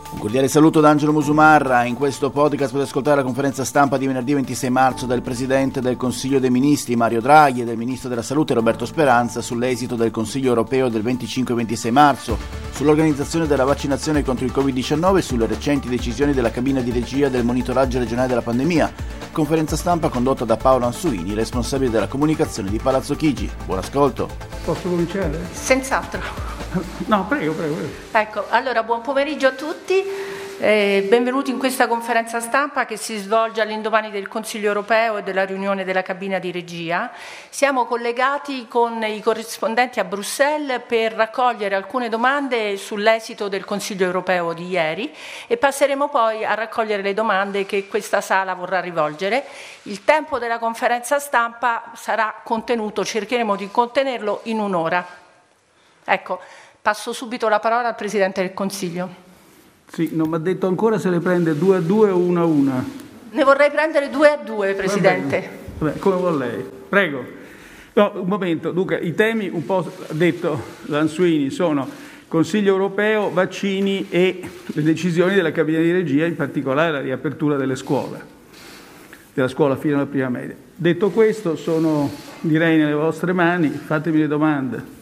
Un cordiale saluto da Angelo Musumarra. In questo podcast potete ascoltare la conferenza stampa di venerdì 26 marzo del Presidente del Consiglio dei Ministri Mario Draghi e del Ministro della Salute Roberto Speranza sull'esito del Consiglio europeo del 25 e 26 marzo, sull'organizzazione della vaccinazione contro il Covid-19 e sulle recenti decisioni della cabina di regia del monitoraggio regionale della pandemia. Conferenza stampa condotta da Paolo Ansuini, responsabile della comunicazione di Palazzo Chigi. Buon ascolto. Posso cominciare? Senz'altro. No, prego. Ecco, allora buon pomeriggio a tutti, benvenuti in questa conferenza stampa che si svolge all'indomani del Consiglio europeo e della riunione della cabina di regia. Siamo collegati con i corrispondenti a Bruxelles per raccogliere alcune domande sull'esito del Consiglio europeo di ieri e passeremo poi a raccogliere le domande che questa sala vorrà rivolgere. Il tempo della conferenza stampa sarà contenuto, cercheremo di contenerlo in un'ora. Ecco, passo subito la parola al Presidente del Consiglio. Sì, non mi ha detto ancora se le prende 2-2 o 1-1. Ne vorrei prendere 2-2, Presidente. Vabbè, come vuol lei. Prego. No, un momento. Dunque, i temi, un po' ha detto Lansuini, sono Consiglio europeo, vaccini e le decisioni della cabina di regia, in particolare la riapertura della scuola fino alla prima media. Detto questo, sono, direi, nelle vostre mani. Fatemi le domande.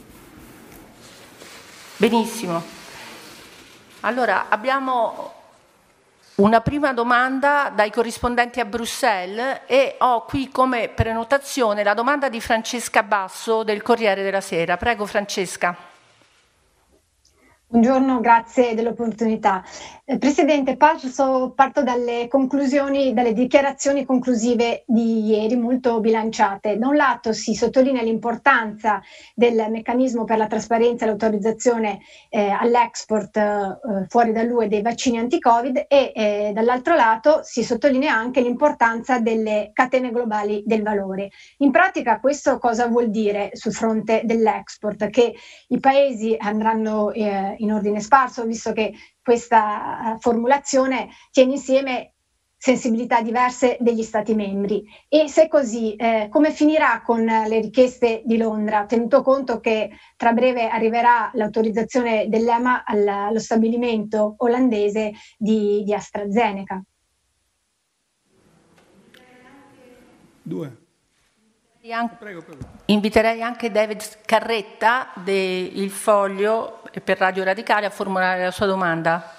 Benissimo. Allora, abbiamo una prima domanda dai corrispondenti a Bruxelles e ho qui come prenotazione la domanda di Francesca Basso del Corriere della Sera. Prego, Francesca. Buongiorno, grazie dell'opportunità. Presidente, parto dalle conclusioni, dalle dichiarazioni conclusive di ieri, molto bilanciate. Da un lato si sottolinea l'importanza del meccanismo per la trasparenza e l'autorizzazione all'export fuori dall'UE dei vaccini anti-Covid e dall'altro lato si sottolinea anche l'importanza delle catene globali del valore. In pratica questo cosa vuol dire sul fronte dell'export? Che i paesi andranno in ordine sparso, visto che questa formulazione tiene insieme sensibilità diverse degli Stati membri. E se così, come finirà con le richieste di Londra, tenuto conto che tra breve arriverà l'autorizzazione dell'EMA allo stabilimento olandese di AstraZeneca? Prego. Inviterei anche David Carretta del Foglio e per Radio Radicale a formulare la sua domanda.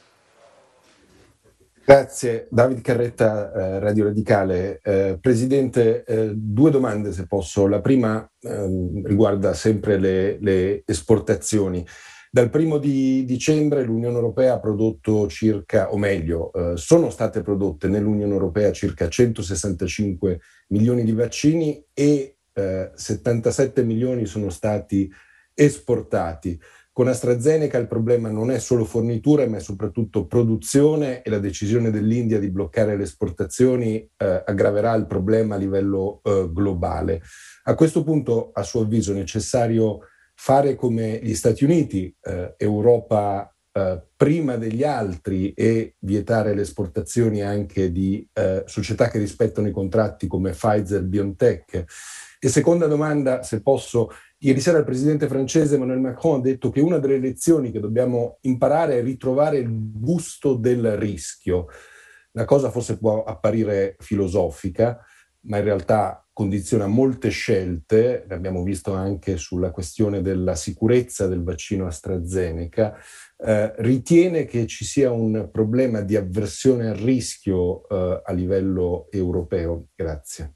Grazie, David Carretta, Radio Radicale. Presidente, due domande se posso. La prima riguarda sempre le esportazioni. Dal 1 di dicembre l'Unione Europea ha prodotto sono state prodotte nell'Unione Europea circa 165 milioni di vaccini e 77 milioni sono stati esportati. Con AstraZeneca il problema non è solo fornitura, ma è soprattutto produzione e la decisione dell'India di bloccare le esportazioni aggraverà il problema a livello globale. A questo punto, a suo avviso, è necessario fare come gli Stati Uniti, Europa prima degli altri e vietare le esportazioni anche di società che rispettano i contratti come Pfizer, BioNTech. E seconda domanda, se posso, ieri sera il presidente francese Emmanuel Macron ha detto che una delle lezioni che dobbiamo imparare è ritrovare il gusto del rischio. La cosa forse può apparire filosofica, ma in realtà condiziona molte scelte, l'abbiamo visto anche sulla questione della sicurezza del vaccino AstraZeneca. Ritiene che ci sia un problema di avversione al rischio a livello europeo? Grazie.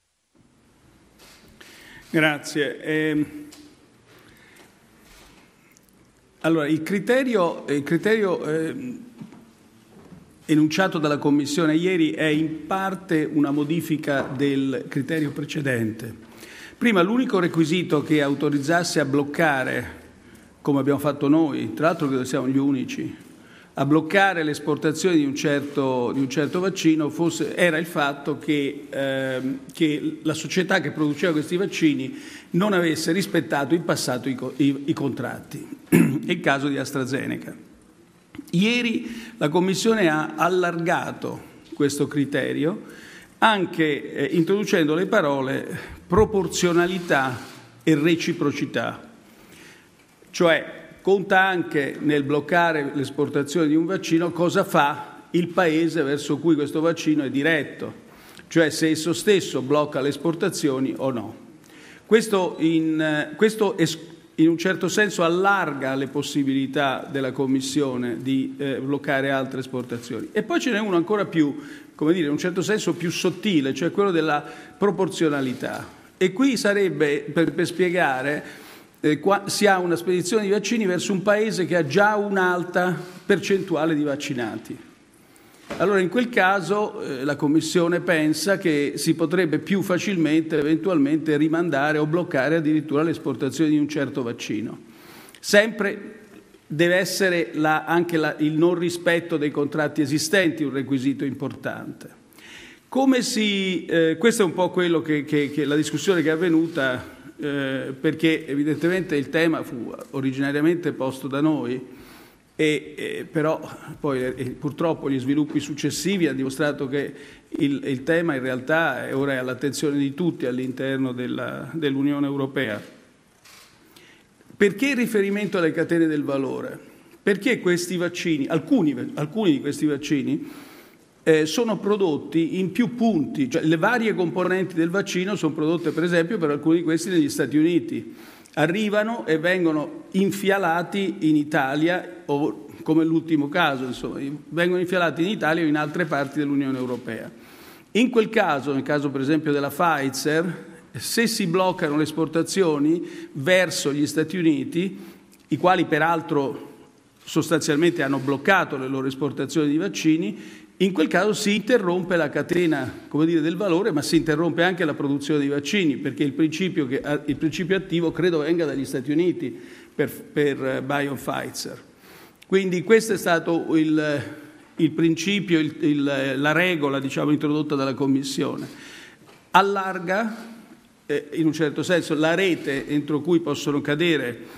Grazie. Allora, il criterio enunciato dalla Commissione ieri è in parte una modifica del criterio precedente. Prima l'unico requisito che autorizzasse a bloccare, come abbiamo fatto noi, tra l'altro credo siamo gli unici, a bloccare l'esportazione di un certo vaccino era il fatto che la società che produceva questi vaccini non avesse rispettato in passato i contratti. È il caso di AstraZeneca. Ieri la Commissione ha allargato questo criterio anche introducendo le parole proporzionalità e reciprocità, cioè conta anche nel bloccare l'esportazione di un vaccino cosa fa il paese verso cui questo vaccino è diretto, cioè se esso stesso blocca le esportazioni o no. Questo in un certo senso allarga le possibilità della Commissione di bloccare altre esportazioni. E poi ce n'è uno ancora più, in un certo senso più sottile, cioè quello della proporzionalità. E qui sarebbe per spiegare si ha una spedizione di vaccini verso un paese che ha già un'alta percentuale di vaccinati. Allora in quel caso la Commissione pensa che si potrebbe più facilmente eventualmente rimandare o bloccare addirittura l'esportazione di un certo vaccino. Sempre deve essere il non rispetto dei contratti esistenti un requisito importante. Questo è un po' quello che la discussione che è avvenuta, perché evidentemente il tema fu originariamente posto da noi, però poi purtroppo gli sviluppi successivi hanno dimostrato che il tema in realtà ora è all'attenzione di tutti all'interno dell'Unione Europea. Perché il riferimento alle catene del valore? Perché questi vaccini, alcuni di questi vaccini, sono prodotti in più punti, cioè le varie componenti del vaccino sono prodotte per esempio per alcuni di questi negli Stati Uniti, arrivano e vengono infialati in Italia o come l'ultimo caso, vengono infialati in Italia o in altre parti dell'Unione Europea. In quel caso, nel caso per esempio della Pfizer, se si bloccano le esportazioni verso gli Stati Uniti, i quali peraltro sostanzialmente hanno bloccato le loro esportazioni di vaccini, in quel caso si interrompe la catena, del valore, ma si interrompe anche la produzione di vaccini, perché il principio attivo credo venga dagli Stati Uniti per BioPfizer. Quindi questo è stato il principio, la regola introdotta dalla Commissione. Allarga in un certo senso la rete entro cui possono cadere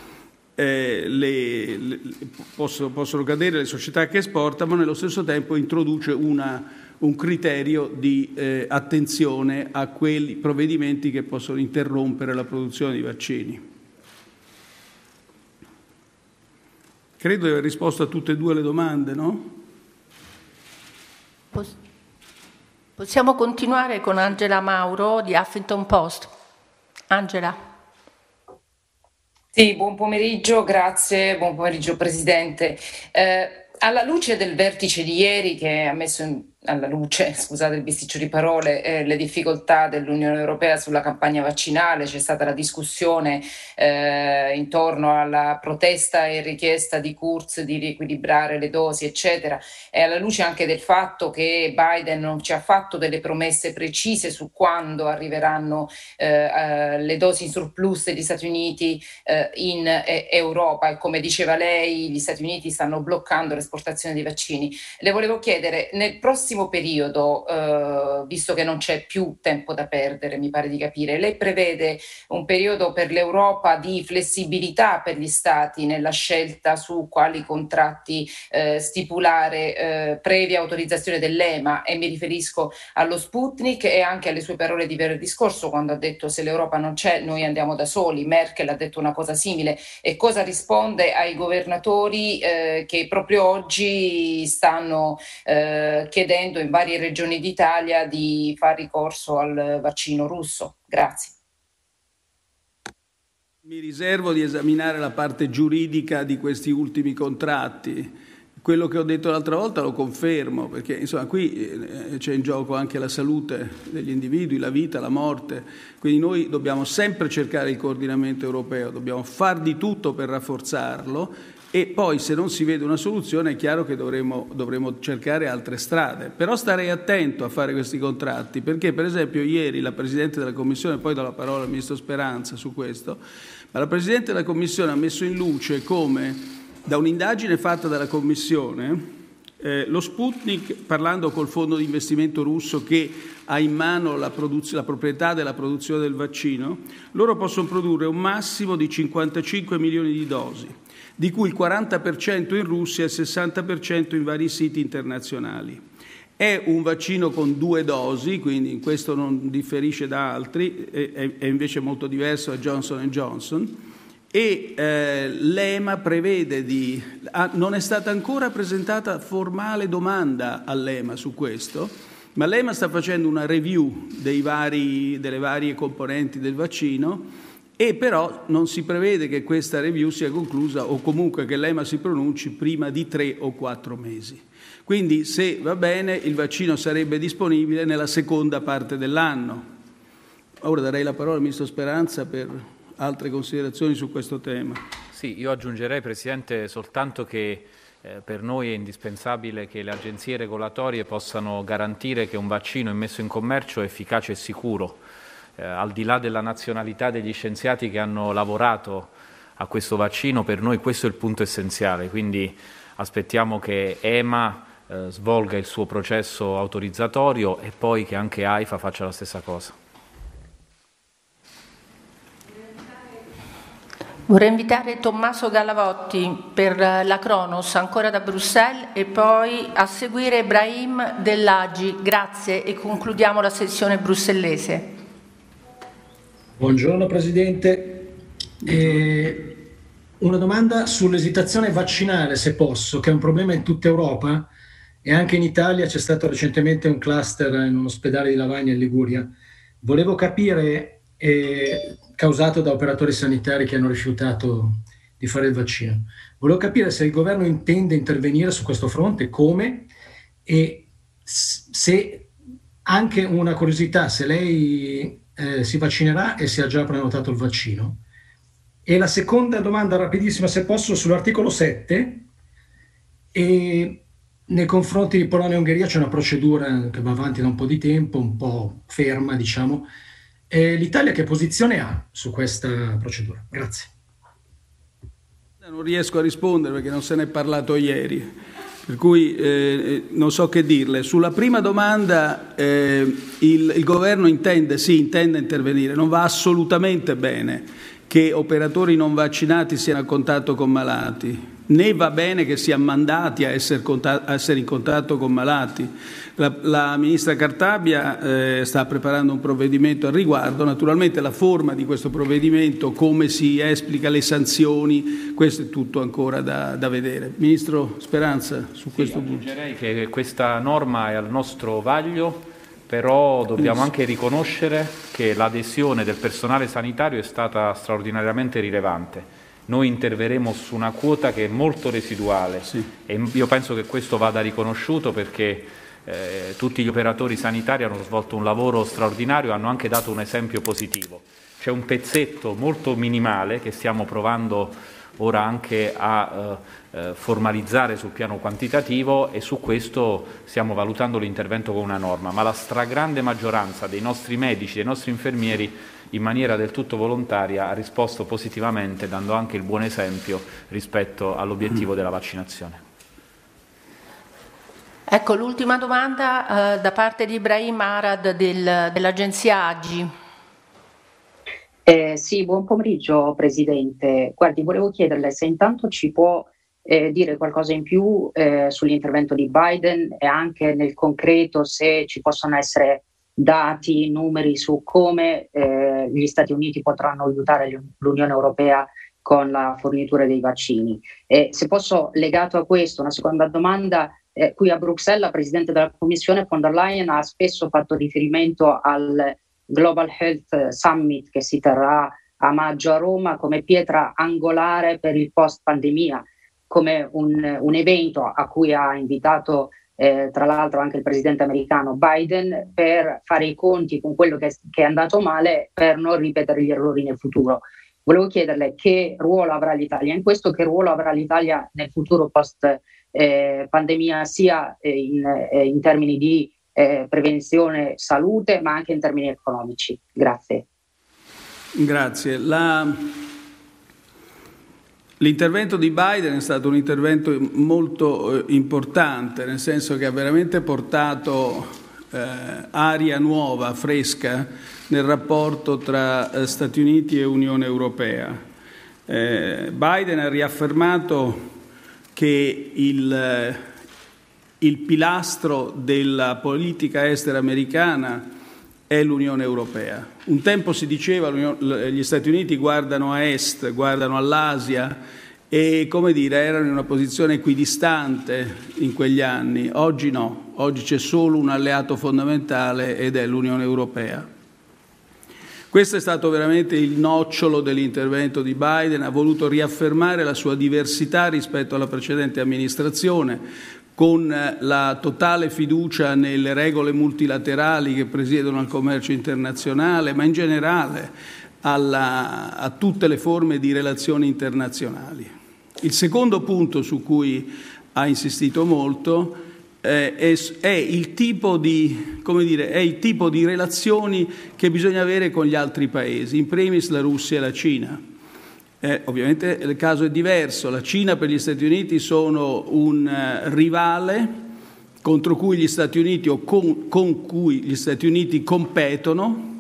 possono cadere le società che esportano, ma nello stesso tempo introduce un criterio di attenzione a quei provvedimenti che possono interrompere la produzione di vaccini. Credo di aver risposto a tutte e due le domande, no? Possiamo continuare con Angela Mauro di Huffington Post. Angela. Sì, buon pomeriggio, grazie, buon pomeriggio Presidente. Alla luce del vertice di ieri che ha messo alla luce, scusate il bisticcio di parole, le difficoltà dell'Unione Europea sulla campagna vaccinale, c'è stata la discussione intorno alla protesta e richiesta di Kurz di riequilibrare le dosi, eccetera, e alla luce anche del fatto che Biden non ci ha fatto delle promesse precise su quando arriveranno le dosi in surplus degli Stati Uniti in Europa, e come diceva lei gli Stati Uniti stanno bloccando l'esportazione di vaccini. Le volevo chiedere, nel prossimo periodo, visto che non c'è più tempo da perdere, mi pare di capire, lei prevede un periodo per l'Europa di flessibilità per gli Stati nella scelta su quali contratti stipulare previa autorizzazione dell'EMA, e mi riferisco allo Sputnik e anche alle sue parole di venerdì scorso quando ha detto se l'Europa non c'è noi andiamo da soli. Merkel ha detto una cosa simile, e cosa risponde ai governatori che proprio oggi stanno chiedendo in varie regioni d'Italia di far ricorso al vaccino russo? Grazie. Mi riservo di esaminare la parte giuridica di questi ultimi contratti. Quello che ho detto l'altra volta lo confermo, perché qui c'è in gioco anche la salute degli individui, la vita, la morte. Quindi noi dobbiamo sempre cercare il coordinamento europeo, dobbiamo far di tutto per rafforzarlo, e poi se non si vede una soluzione è chiaro che dovremo cercare altre strade. Però starei attento a fare questi contratti, perché per esempio ieri la Presidente della Commissione, poi do la parola al Ministro Speranza su questo, ma la Presidente della Commissione ha messo in luce come da un'indagine fatta dalla Commissione lo Sputnik, parlando col fondo di investimento russo che ha in mano la proprietà della produzione del vaccino, loro possono produrre un massimo di 55 milioni di dosi, di cui il 40% in Russia e il 60% in vari siti internazionali. È un vaccino con 2 dosi, quindi in questo non differisce da altri, è invece molto diverso da Johnson & Johnson, e l'EMA prevede non è stata ancora presentata formale domanda all'EMA su questo, ma l'EMA sta facendo una review delle varie componenti del vaccino, e però non si prevede che questa review sia conclusa, o comunque che l'EMA si pronunci prima di 3 o 4 mesi. Quindi, se va bene, il vaccino sarebbe disponibile nella seconda parte dell'anno. Ora darei la parola al Ministro Speranza per altre considerazioni su questo tema. Sì, io aggiungerei, Presidente, soltanto che per noi è indispensabile che le agenzie regolatorie possano garantire che un vaccino immesso in commercio è efficace e sicuro. Al di là della nazionalità degli scienziati che hanno lavorato a questo vaccino, per noi questo è il punto essenziale, quindi aspettiamo che EMA svolga il suo processo autorizzatorio e poi che anche AIFA faccia la stessa cosa. Vorrei invitare Tommaso Gallavotti per la Cronos, ancora da Bruxelles, e poi a seguire Brahim dell'Agi. Grazie, e concludiamo la sessione brussellese. Buongiorno Presidente. Una domanda sull'esitazione vaccinale, se posso, che è un problema in tutta Europa e anche in Italia. C'è stato recentemente un cluster in un ospedale di Lavagna in Liguria. Volevo capire, causato da operatori sanitari che hanno rifiutato di fare il vaccino, volevo capire se il governo intende intervenire su questo fronte, come, e se, anche una curiosità, se lei si vaccinerà e se ha già prenotato il vaccino. E la seconda domanda, rapidissima se posso, sull'articolo 7, e nei confronti di Polonia e Ungheria c'è una procedura che va avanti da un po' di tempo, un po' ferma, diciamo. L'Italia che posizione ha su questa procedura? Grazie. Non riesco a rispondere perché non se ne è parlato ieri, per cui non so che dirle. Sulla prima domanda il governo intende intervenire. Non va assolutamente bene che operatori non vaccinati siano a contatto con malati, né va bene che siano mandati a essere in contatto con malati. La ministra Cartabia sta preparando un provvedimento al riguardo. Naturalmente la forma di questo provvedimento, come si esplica le sanzioni, questo è tutto ancora da vedere. Ministro Speranza, su questo punto. Aggiungerei che questa norma è al nostro vaglio, però dobbiamo anche riconoscere che l'adesione del personale sanitario è stata straordinariamente rilevante. Noi interveremo su una quota che è molto residuale, sì, e io penso che questo vada riconosciuto, perché tutti gli operatori sanitari hanno svolto un lavoro straordinario e hanno anche dato un esempio positivo. C'è un pezzetto molto minimale che stiamo provando ora anche a formalizzare sul piano quantitativo, e su questo stiamo valutando l'intervento con una norma, ma la stragrande maggioranza dei nostri medici, dei nostri infermieri, in maniera del tutto volontaria ha risposto positivamente, dando anche il buon esempio rispetto all'obiettivo della vaccinazione. Ecco, l'ultima domanda da parte di Ibrahim Arad dell'agenzia AGI. Sì, buon pomeriggio Presidente. Guardi, volevo chiederle se intanto ci può dire qualcosa in più sull'intervento di Biden, e anche nel concreto se ci possono essere dati, numeri su come gli Stati Uniti potranno aiutare l'Unione Europea con la fornitura dei vaccini. Se posso, legato a questo, una seconda domanda. Qui a Bruxelles la Presidente della Commissione von der Leyen ha spesso fatto riferimento al Global Health Summit che si terrà a maggio a Roma come pietra angolare per il post-pandemia, come un evento a cui ha invitato tra l'altro anche il Presidente americano Biden, per fare i conti con quello che è andato male, per non ripetere gli errori nel futuro. Volevo chiederle che ruolo avrà l'Italia in questo, che ruolo avrà l'Italia nel futuro post-pandemia, sia in termini di prevenzione, salute, ma anche in termini economici. Grazie. Grazie. L'intervento di Biden è stato un intervento molto importante, nel senso che ha veramente portato aria nuova, fresca, nel rapporto tra Stati Uniti e Unione Europea. Biden ha riaffermato che il pilastro della politica estera americana è l'Unione Europea. Un tempo si diceva gli Stati Uniti guardano a est, guardano all'Asia e, come dire, erano in una posizione equidistante in quegli anni. Oggi no, oggi c'è solo un alleato fondamentale ed è l'Unione Europea. Questo è stato veramente il nocciolo dell'intervento di Biden, ha voluto riaffermare la sua diversità rispetto alla precedente amministrazione, con la totale fiducia nelle regole multilaterali che presiedono al commercio internazionale, ma in generale a tutte le forme di relazioni internazionali. Il secondo punto su cui ha insistito molto è il tipo di relazioni che bisogna avere con gli altri paesi, in primis la Russia e la Cina. Ovviamente il caso è diverso, la Cina per gli Stati Uniti sono un rivale contro cui gli Stati Uniti o con cui gli Stati Uniti competono,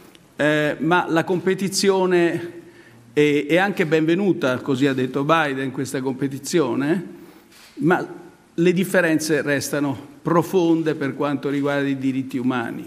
ma la competizione è anche benvenuta, così ha detto Biden, questa competizione, ma le differenze restano profonde per quanto riguarda i diritti umani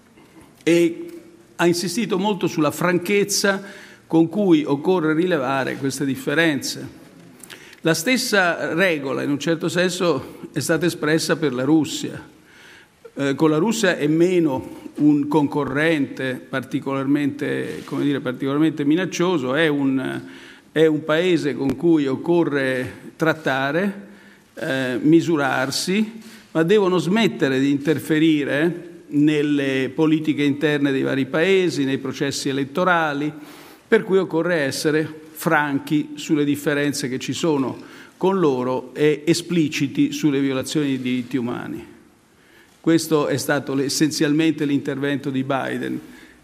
e ha insistito molto sulla franchezza con cui occorre rilevare queste differenze. La stessa regola, in un certo senso, è stata espressa per la Russia. Con la Russia è meno un concorrente particolarmente minaccioso, è un paese con cui occorre trattare, misurarsi, ma devono smettere di interferire nelle politiche interne dei vari paesi, nei processi elettorali, per cui occorre essere franchi sulle differenze che ci sono con loro e espliciti sulle violazioni dei diritti umani. Questo è stato essenzialmente l'intervento di Biden.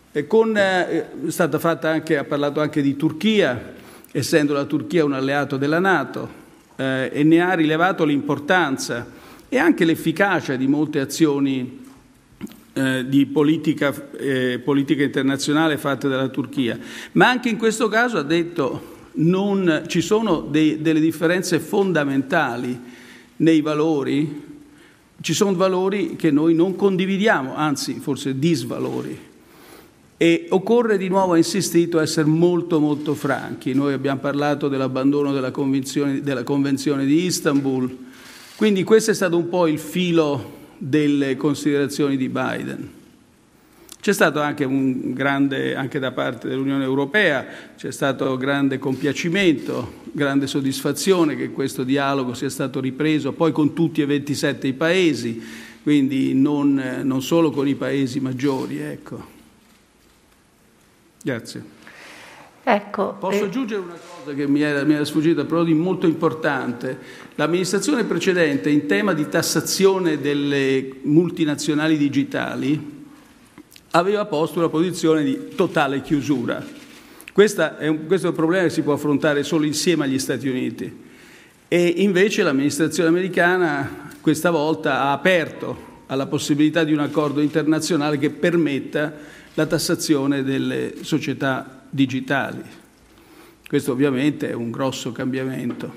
Ha parlato anche di Turchia, essendo la Turchia un alleato della NATO, e ne ha rilevato l'importanza e anche l'efficacia di molte azioni di politica internazionale fatte dalla Turchia. Ma anche in questo caso ha detto ci sono delle differenze fondamentali nei valori, ci sono valori che noi non condividiamo, anzi forse disvalori. E occorre di nuovo, ha insistito, essere molto molto franchi. Noi abbiamo parlato dell'abbandono della Convenzione di Istanbul, quindi questo è stato un po' il filo delle considerazioni di Biden. C'è stato anche anche da parte dell'Unione Europea, c'è stato grande compiacimento, grande soddisfazione che questo dialogo sia stato ripreso poi con tutti e 27 i paesi, quindi non solo con i paesi maggiori, ecco. Grazie. Ecco, posso aggiungere una cosa che mi era sfuggita, però di molto importante. L'amministrazione precedente in tema di tassazione delle multinazionali digitali aveva posto una posizione di totale chiusura. Questo è un problema che si può affrontare solo insieme agli Stati Uniti e invece l'amministrazione americana questa volta ha aperto alla possibilità di un accordo internazionale che permetta la tassazione delle società digitali. Questo ovviamente è un grosso cambiamento.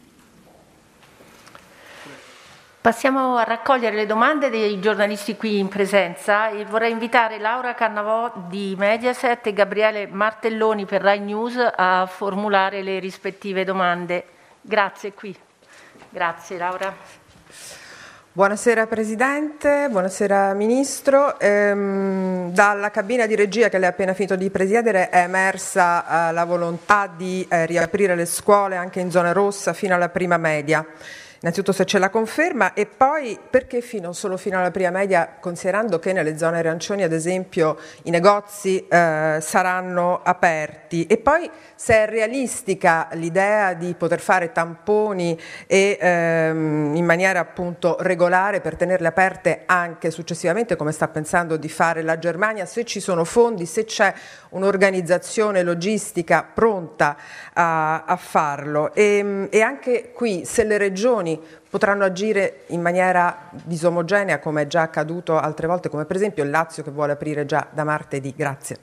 Passiamo a raccogliere le domande dei giornalisti qui in presenza e vorrei invitare Laura Cannavò di Mediaset e Gabriele Martelloni per Rai News a formulare le rispettive domande. Grazie, qui. Grazie Laura. Buonasera Presidente, buonasera Ministro. Dalla cabina di regia che lei ha appena finito di presiedere è emersa la volontà di riaprire le scuole anche in zona rossa fino alla prima media. Innanzitutto se ce la conferma e poi perché solo fino alla prima media, considerando che nelle zone arancioni ad esempio i negozi saranno aperti e poi se è realistica l'idea di poter fare tamponi e in maniera appunto regolare per tenerle aperte anche successivamente come sta pensando di fare la Germania, se ci sono fondi, se c'è un'organizzazione logistica pronta a farlo e anche qui se le regioni potranno agire in maniera disomogenea come è già accaduto altre volte, come per esempio il Lazio che vuole aprire già da martedì. Grazie.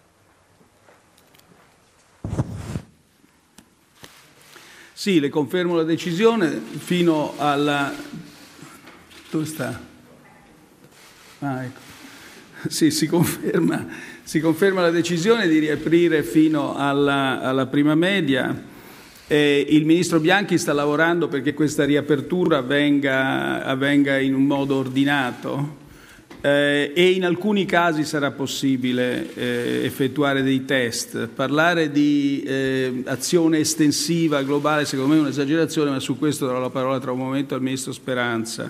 Sì, le confermo la decisione fino alla... Dove sta? Ah, ecco. Sì, si conferma la decisione di riaprire fino alla prima media. Il Ministro Bianchi sta lavorando perché questa riapertura avvenga in un modo ordinato e in alcuni casi sarà possibile effettuare dei test. Parlare di azione estensiva globale secondo me è un'esagerazione, ma su questo darò la parola tra un momento al Ministro Speranza.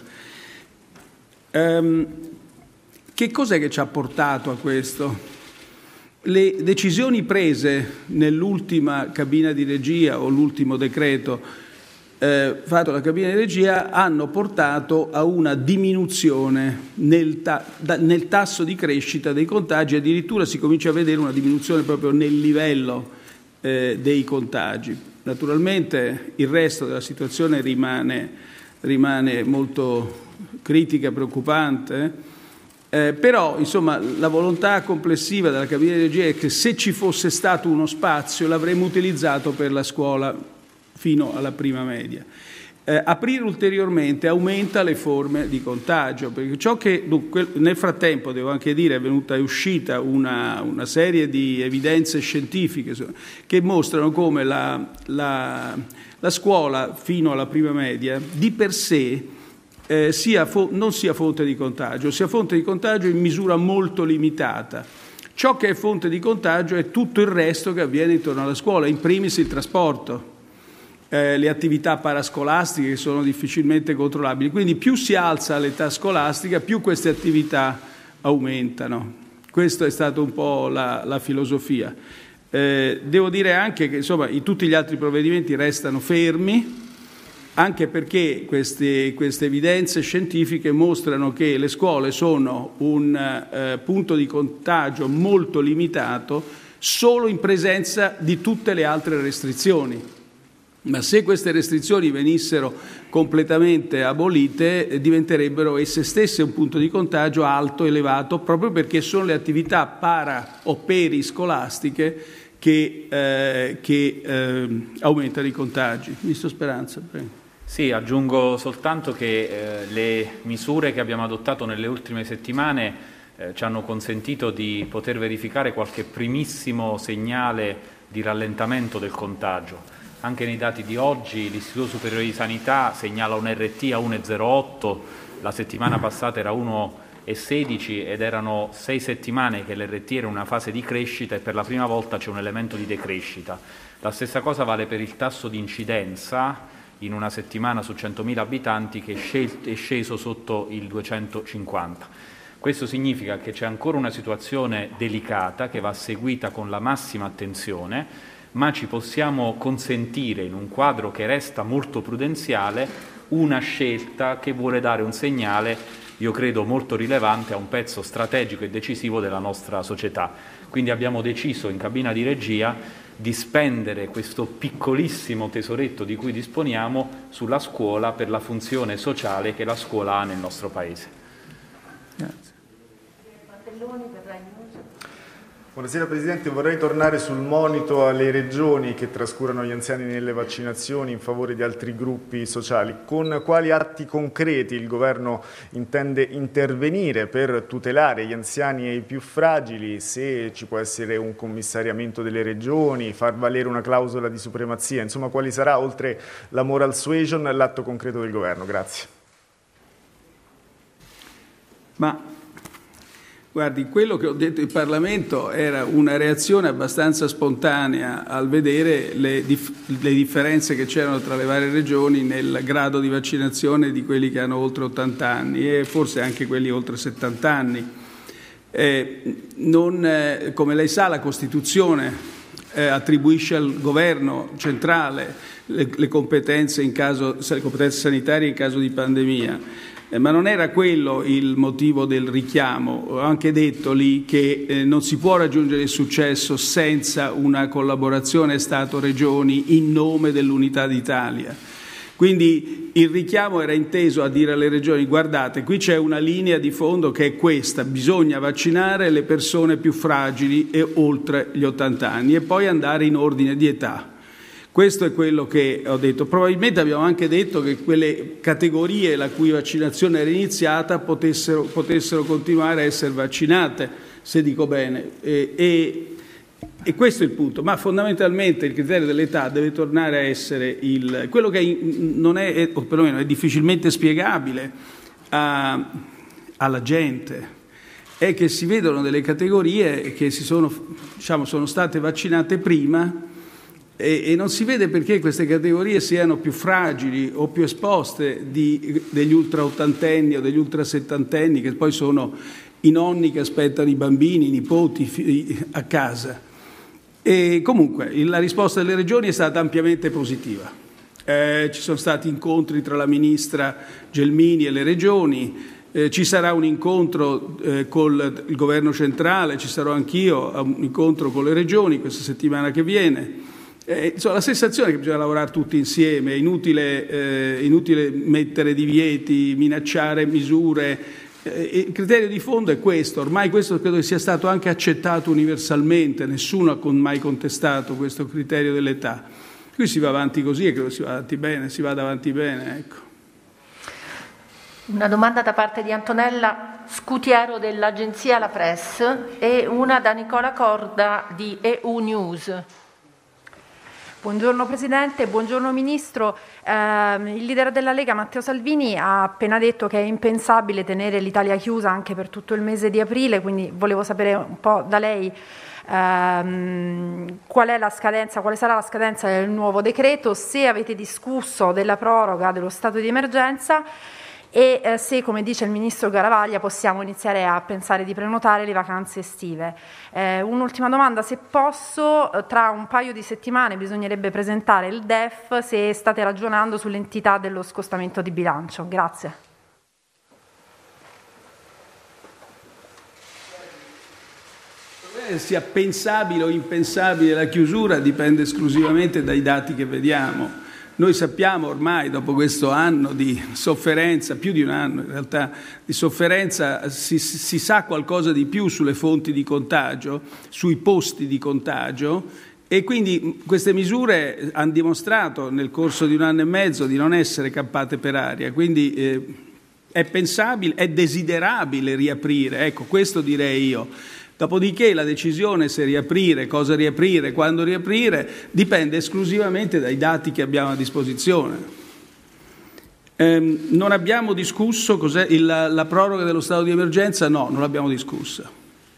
Che cos'è che ci ha portato a questo? Le decisioni prese nell'ultima cabina di regia o l'ultimo decreto fatto dalla cabina di regia hanno portato a una diminuzione nel tasso di crescita dei contagi, addirittura si comincia a vedere una diminuzione proprio nel livello dei contagi. Naturalmente il resto della situazione rimane molto critica, preoccupante. Però insomma la volontà complessiva della cabina di regia è che se ci fosse stato uno spazio l'avremmo utilizzato per la scuola fino alla prima media. Aprire ulteriormente aumenta le forme di contagio, perché nel frattempo, devo anche dire, è uscita una serie di evidenze scientifiche che mostrano come la scuola fino alla prima media di per sé non sia fonte di contagio, sia fonte di contagio in misura molto limitata. Ciò che è fonte di contagio è tutto il resto che avviene intorno alla scuola, in primis il trasporto, le attività parascolastiche che sono difficilmente controllabili. Quindi più si alza l'età scolastica, più queste attività aumentano. Questa è stata un po' la filosofia. Devo dire anche che insomma tutti gli altri provvedimenti restano fermi, anche perché queste evidenze scientifiche mostrano che le scuole sono un punto di contagio molto limitato solo in presenza di tutte le altre restrizioni. Ma se queste restrizioni venissero completamente abolite, diventerebbero esse stesse un punto di contagio alto, elevato, proprio perché sono le attività para o periscolastiche che aumentano i contagi. Ministro Speranza, prego. Sì, aggiungo soltanto che le misure che abbiamo adottato nelle ultime settimane ci hanno consentito di poter verificare qualche primissimo segnale di rallentamento del contagio. Anche nei dati di oggi l'Istituto Superiore di Sanità segnala un RT a 1,08, la settimana passata era 1,16 ed erano 6 settimane che l'RT era in una fase di crescita e per la prima volta c'è un elemento di decrescita. La stessa cosa vale per il tasso di incidenza in una settimana su 100.000 abitanti che è sceso sotto il 250. Questo significa che c'è ancora una situazione delicata che va seguita con la massima attenzione, ma ci possiamo consentire, in un quadro che resta molto prudenziale, una scelta che vuole dare un segnale, io credo, molto rilevante a un pezzo strategico e decisivo della nostra società. Quindi abbiamo deciso in cabina di regia di spendere questo piccolissimo tesoretto di cui disponiamo sulla scuola per la funzione sociale che la scuola ha nel nostro Paese. Grazie. Buonasera Presidente, vorrei tornare sul monito alle regioni che trascurano gli anziani nelle vaccinazioni in favore di altri gruppi sociali. Con quali atti concreti il Governo intende intervenire per tutelare gli anziani e i più fragili? Se ci può essere un commissariamento delle regioni, far valere una clausola di supremazia, insomma quali sarà, oltre la moral suasion, l'atto concreto del Governo? Grazie. Guardi, quello che ho detto in Parlamento era una reazione abbastanza spontanea al vedere le differenze che c'erano tra le varie regioni nel grado di vaccinazione di quelli che hanno oltre 80 anni e forse anche quelli oltre 70 anni. Come lei sa, la Costituzione attribuisce al governo centrale le competenze sanitarie in caso di pandemia. Ma non era quello il motivo del richiamo. Ho anche detto lì che non si può raggiungere il successo senza una collaborazione Stato-Regioni in nome dell'unità d'Italia. Quindi il richiamo era inteso a dire alle regioni: guardate, qui c'è una linea di fondo che è questa, bisogna vaccinare le persone più fragili e oltre gli 80 anni e poi andare in ordine di età. Questo è quello che ho detto. Probabilmente abbiamo anche detto che quelle categorie la cui vaccinazione era iniziata potessero continuare a essere vaccinate, se dico bene. E questo è il punto. Ma fondamentalmente il criterio dell'età deve tornare a essere quello che non è, o perlomeno è difficilmente spiegabile alla gente, è che si vedono delle categorie che sono state vaccinate prima e non si vede perché queste categorie siano più fragili o più esposte degli ultraottantenni o degli ultrasettantenni, che poi sono i nonni che aspettano i bambini, i nipoti a casa. E comunque la risposta delle regioni è stata ampiamente positiva. Ci sono stati incontri tra la ministra Gelmini e le regioni, ci sarà un incontro con il governo centrale, ci sarò anch'io a un incontro con le regioni questa settimana che viene. La sensazione è che bisogna lavorare tutti insieme, è inutile mettere divieti, minacciare misure. Il criterio di fondo è questo, ormai questo credo che sia stato anche accettato universalmente, nessuno ha mai contestato questo criterio dell'età. Qui si va avanti così e credo si vada avanti bene. Ecco. Una domanda da parte di Antonella Scutiero dell'agenzia La Presse e una da Nicola Corda di EU News. Buongiorno Presidente, buongiorno Ministro. Il leader della Lega Matteo Salvini ha appena detto che è impensabile tenere l'Italia chiusa anche per tutto il mese di aprile, quindi volevo sapere un po' da lei qual sarà la scadenza del nuovo decreto, se avete discusso della proroga dello stato di emergenza e se, come dice il Ministro Garavaglia, possiamo iniziare a pensare di prenotare le vacanze estive. Un'ultima domanda, se posso, tra un paio di settimane bisognerebbe presentare il DEF, se state ragionando sull'entità dello scostamento di bilancio. Grazie. Sia pensabile o impensabile la chiusura dipende esclusivamente dai dati che vediamo. Noi sappiamo ormai, dopo questo anno di sofferenza, più di un anno in realtà, di sofferenza, si sa qualcosa di più sulle fonti di contagio, sui posti di contagio, e quindi queste misure hanno dimostrato nel corso di un anno e mezzo di non essere campate per aria, quindi è pensabile, è desiderabile riaprire, ecco, questo direi io. Dopodiché la decisione se riaprire, cosa riaprire, quando riaprire, dipende esclusivamente dai dati che abbiamo a disposizione. Non abbiamo discusso la proroga dello stato di emergenza? No, non l'abbiamo discussa.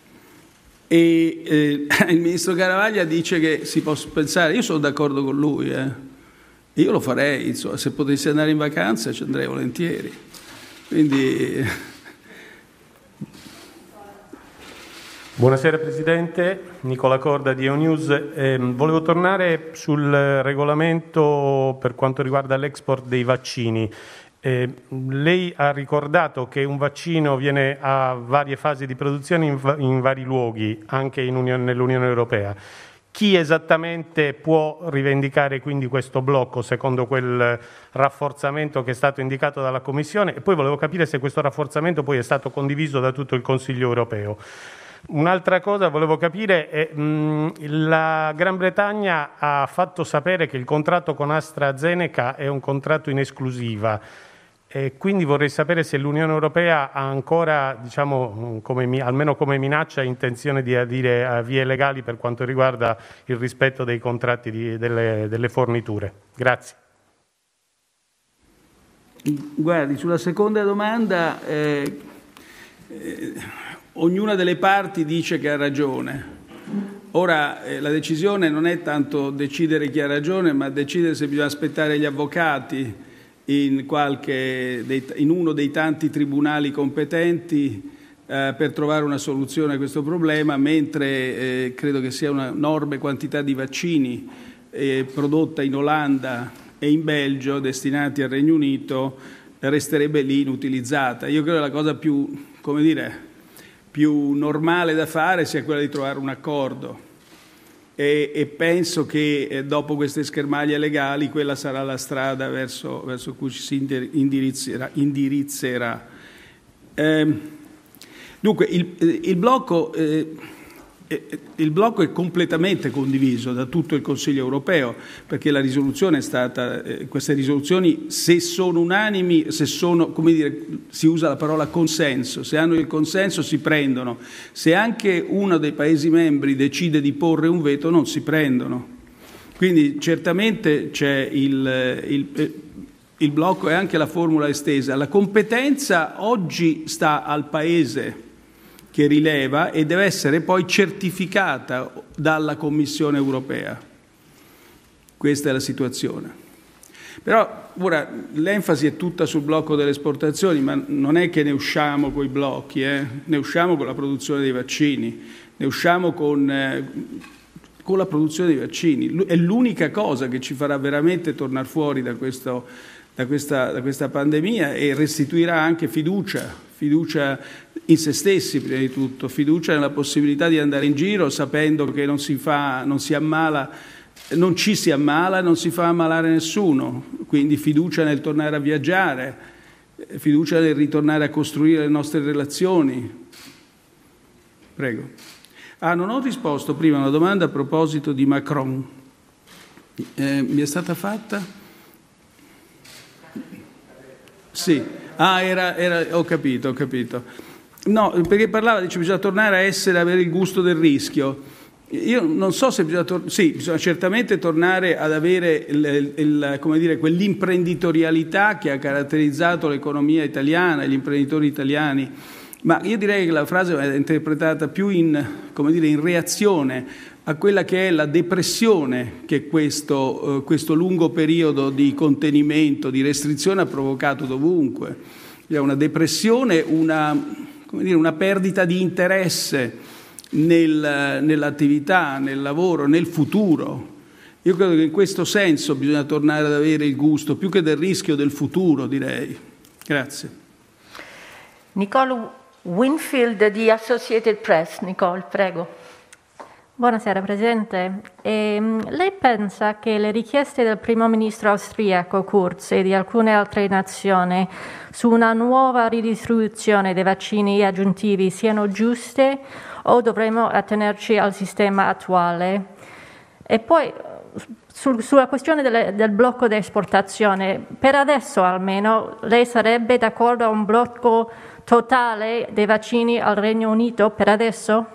E il Ministro Garavaglia dice che si può pensare, io sono d'accordo con lui, io lo farei, insomma, se potessi andare in vacanza ci andrei volentieri. Quindi... Buonasera Presidente, Nicola Corda di EU News. Volevo tornare sul regolamento per quanto riguarda l'export dei vaccini. Lei ha ricordato che un vaccino viene a varie fasi di produzione in vari luoghi, anche nell'Unione Europea. Chi esattamente può rivendicare quindi questo blocco secondo quel rafforzamento che è stato indicato dalla Commissione? E poi volevo capire se questo rafforzamento poi è stato condiviso da tutto il Consiglio europeo. Un'altra cosa volevo capire è la Gran Bretagna ha fatto sapere che il contratto con AstraZeneca è un contratto in esclusiva e quindi vorrei sapere se l'Unione Europea ha ancora, diciamo, almeno come minaccia, intenzione di adire vie legali per quanto riguarda il rispetto dei contratti delle forniture. Grazie. Guardi, sulla seconda domanda... ognuna delle parti dice che ha ragione. Ora la decisione non è tanto decidere chi ha ragione, ma decidere se bisogna aspettare gli avvocati in uno dei tanti tribunali competenti per trovare una soluzione a questo problema, mentre credo che sia una enorme quantità di vaccini prodotta in Olanda e in Belgio destinati al Regno Unito resterebbe lì inutilizzata. Io credo che la cosa più normale da fare sia quella di trovare un accordo e penso che dopo queste schermaglie legali quella sarà la strada verso cui ci si indirizzerà. Dunque il blocco il blocco è completamente condiviso da tutto il Consiglio europeo, perché la risoluzione è stata, queste risoluzioni, se sono unanimi, se sono, come dire, si usa la parola consenso, se hanno il consenso si prendono, se anche uno dei Paesi membri decide di porre un veto non si prendono. Quindi certamente c'è il blocco e anche la formula estesa. La competenza oggi sta al Paese che rileva e deve essere poi certificata dalla Commissione europea. Questa è la situazione. Però ora l'enfasi è tutta sul blocco delle esportazioni, ma non è che ne usciamo coi blocchi, ne usciamo con la produzione dei vaccini, ne usciamo con la produzione dei vaccini. È l'unica cosa che ci farà veramente tornare fuori da questa pandemia e restituirà anche fiducia in se stessi prima di tutto, fiducia nella possibilità di andare in giro sapendo che non ci si ammala, non si fa ammalare nessuno, quindi fiducia nel tornare a viaggiare, fiducia nel ritornare a costruire le nostre relazioni. Prego. Non ho risposto prima a una domanda a proposito di Macron. Mi è stata fatta? Sì. Ho capito. No, perché parlava, dice, bisogna tornare a avere il gusto del rischio. Io non so se bisogna certamente tornare ad avere quell'imprenditorialità che ha caratterizzato l'economia italiana, gli imprenditori italiani, ma io direi che la frase è interpretata più in reazione a quella che è la depressione che questo lungo periodo di contenimento, di restrizione ha provocato dovunque. C'è una depressione, una perdita di interesse nell'attività, nel lavoro, nel futuro. Io credo che in questo senso bisogna tornare ad avere il gusto, più che del rischio, del futuro, direi. Grazie. Nicole Winfield di Associated Press. Nicole, prego. Buonasera Presidente. Lei pensa che le richieste del Primo Ministro austriaco Kurz e di alcune altre nazioni su una nuova ridistribuzione dei vaccini aggiuntivi siano giuste o dovremmo attenerci al sistema attuale? E poi sulla questione del blocco di esportazione, per adesso almeno lei sarebbe d'accordo a un blocco totale dei vaccini al Regno Unito per adesso?